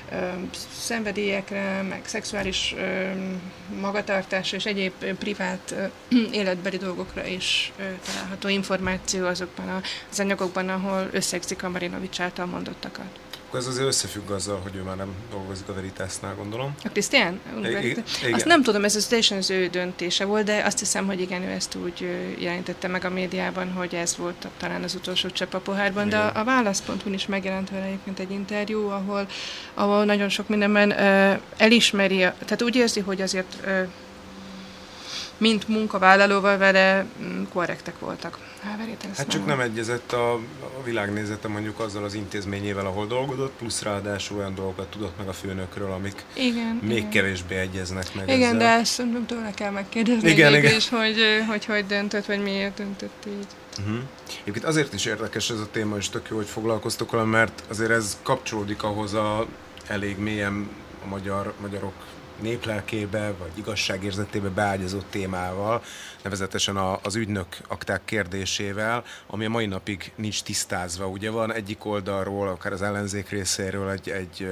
[SPEAKER 4] szenvedélyekre, meg szexuális magatartásra és egyéb privát életbeli dolgokra is található információ azokban az anyagokban, ahol összegzik a Marinovics által mondottakat.
[SPEAKER 1] Akkor ez azért összefügg azzal, hogy ő már nem dolgozik a Veritasnál, gondolom.
[SPEAKER 4] A Krisztián? Azt nem tudom, ez teljesen az ő döntése volt, de azt hiszem, hogy igen, ő ezt úgy jelentette meg a médiában, hogy ez volt talán az utolsó csepp a pohárban, de a Válasz.hu-n is megjelent vele egyébként egy interjú, ahol nagyon sok mindenben elismeri, tehát úgy érzi, hogy azért mint munkavállalóval vele korrektek voltak.
[SPEAKER 1] Hát csak nem egyezett a világnézete mondjuk azzal az intézményével, ahol dolgozott, plusz ráadásul olyan dolgokat tudott meg a főnökről, amik még kevésbé egyeznek meg
[SPEAKER 4] igen,
[SPEAKER 1] ezzel.
[SPEAKER 4] de ezt szerintem tőle kell megkérdezni is, hogy döntött, vagy miért döntött így.
[SPEAKER 1] Egyébként azért is érdekes ez a téma, és tök jó, hogy foglalkoztok vele, mert azért ez kapcsolódik ahhoz elég mélyen a magyarok néplelkébe, vagy igazságérzetébe beágyazott témával, nevezetesen az ügynök akták kérdésével, ami a mai napig nincs tisztázva. Ugye van egyik oldalról, akár az ellenzék részéről egy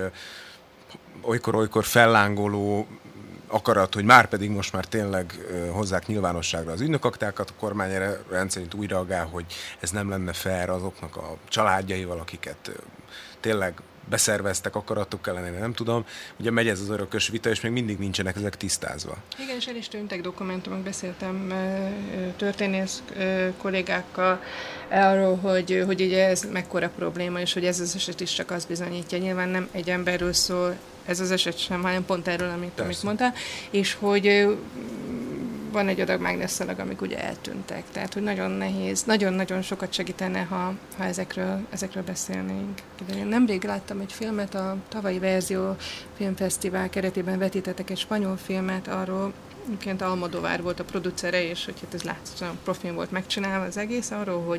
[SPEAKER 1] olykor fellángoló akarat, hogy pedig most már tényleg hozzák nyilvánosságra az ügynökaktákat, a kormány erre rendszerint úgy reagál, hogy ez nem lenne fair azoknak a családjaival, akiket tényleg beszerveztek akaratok ellenére, nem tudom. Ugye megy ez az örökös vita, és még mindig nincsenek ezek tisztázva.
[SPEAKER 4] Igen, és el is tűntek dokumentumok, beszéltem történész kollégákkal arról, hogy ugye ez mekkora probléma, és hogy ez az eset is csak azt bizonyítja. Nyilván nem egy emberről szól ez az eset sem, hanem pont erről, amit mondtál, és hogy van egy adag mágneszalag, amik ugye eltűntek. Tehát, hogy nagyon nehéz, nagyon-nagyon sokat segítene, ha ezekről beszélnénk. De én nemrég láttam egy filmet, a tavalyi Verzió filmfesztivál keretében vetítettek egy spanyol filmet arról, egyébként Almodóvar volt a producere, és hogy hát ez látszóan profin volt megcsinálva az egész, arról,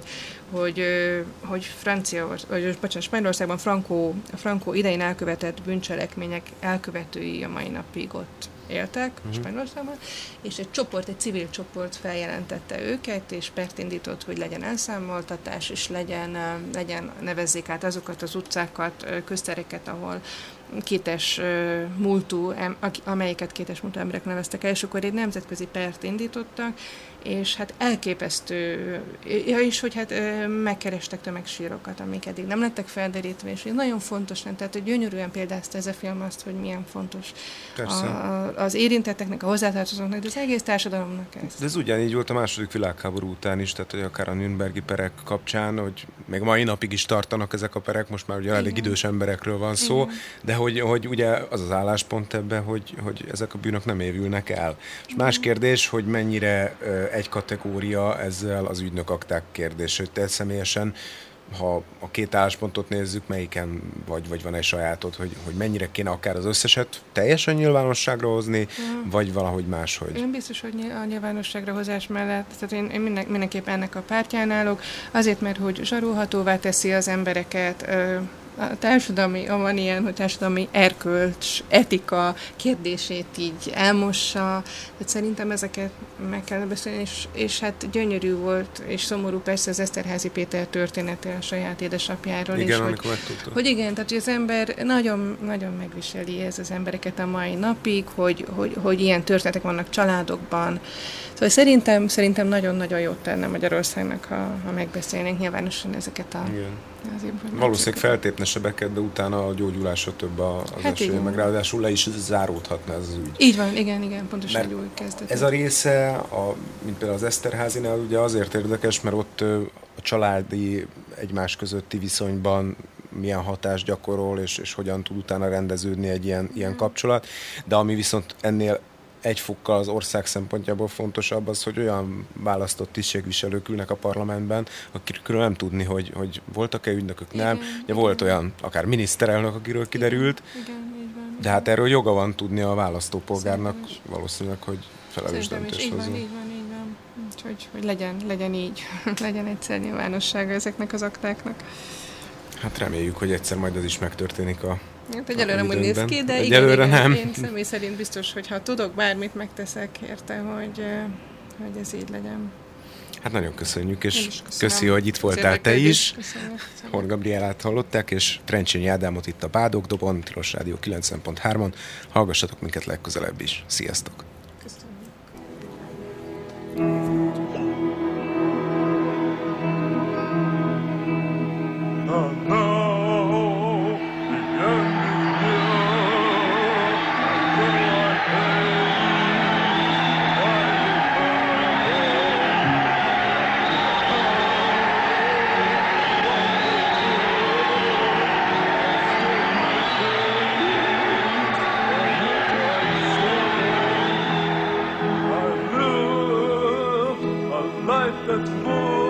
[SPEAKER 4] hogy Spanyolországban Franco idején elkövetett bűncselekmények elkövetői a mai napig ott éltek Spanyolországban, és egy civil csoport feljelentette őket, és pert indított, hogy legyen elszámoltatás, és nevezzék át azokat az utcákat, köztereket, ahol kétes múltú, amelyiket kétes múltú emberek neveztek el, és akkor egy nemzetközi pert indítottak, és hát elképesztő, és hogy hát megkerestek tömegsírokat, amik eddig nem lettek felderítve, és nagyon fontos, tehát hogy gyönyörűen példázta ez a film azt, hogy milyen fontos az érintetteknek, a hozzátartozóknak, de az egész társadalomnak ez.
[SPEAKER 1] De ez ugyanígy volt a második világháború után is, tehát hogy akár a Nürnbergi perek kapcsán, hogy még mai napig is tartanak ezek a perek, most már ugye elég idős emberekről van szó, de hogy ugye az az álláspont ebben, hogy ezek a bűnök nem évülnek el. És más kérdés, hogy mennyire egy kategória ezzel az ügynökakták kérdés, hogy te személyesen, ha a két álláspontot nézzük, melyiken vagy van egy sajátod, hogy mennyire kéne akár az összeset teljesen nyilvánosságra hozni, vagy valahogy máshogy?
[SPEAKER 4] Én biztos, hogy a nyilvánosságra hozás mellett, tehát én mindenképp ennek a pártján állok, azért, mert hogy zsarolhatóvá teszi az embereket, a társadalmi, van ilyen, hogy társadalmi erkölcs, etika kérdését így elmossa, tehát szerintem ezeket meg kell beszélni, és hát gyönyörű volt, és szomorú persze az Eszterházy Péter története a saját édesapjáról is, hogy igen, tehát hogy az ember nagyon, nagyon megviseli ez az embereket a mai napig, hogy ilyen történetek vannak családokban. Szóval szerintem nagyon-nagyon jót tenne Magyarországnak, ha megbeszélnénk nyilvánosan ezeket az információkat.
[SPEAKER 1] Valószínűleg feltépne sebeket, de utána a gyógyulásra több az esélye, meg ráadásul le is záródhatna ez az ügy.
[SPEAKER 4] Így van, igen, pontosan egy új kezdet.
[SPEAKER 1] Ez a része, mint például az Eszterházinál, ugye azért érdekes, mert ott a családi egymás közötti viszonyban milyen hatást gyakorol, és hogyan tud utána rendeződni egy ilyen kapcsolat, de ami viszont ennél egy fokkal az ország szempontjából fontosabb az, hogy olyan választott tisztségviselők ülnek a parlamentben, akikről nem tudni, hogy voltak-e ügynökök, nem. Ugye volt olyan, akár miniszterelnök, akiről kiderült, de hát erről joga van tudni a választópolgárnak valószínűleg, hogy felelős döntés hozzon.
[SPEAKER 4] Így van. Úgyhogy hogy legyen így, legyen egyszer nyilvánossága ezeknek az aktáknak.
[SPEAKER 1] Hát reméljük, hogy egyszer majd az is megtörténik
[SPEAKER 4] hát egyelőre nem úgy néz ki, de igen, nem. Én személy szerint biztos, hogy ha tudok, bármit megteszek érte, hogy ez így legyen.
[SPEAKER 1] Hát nagyon köszönjük, és köszi, hogy itt voltál te is. Horn Gabriellát hallották, és Trencsényi Ádámot itt a Bádogdobon, Tilos Rádió 90.3-on. Hallgassatok minket legközelebb is. Sziasztok!
[SPEAKER 7] Blue the moon.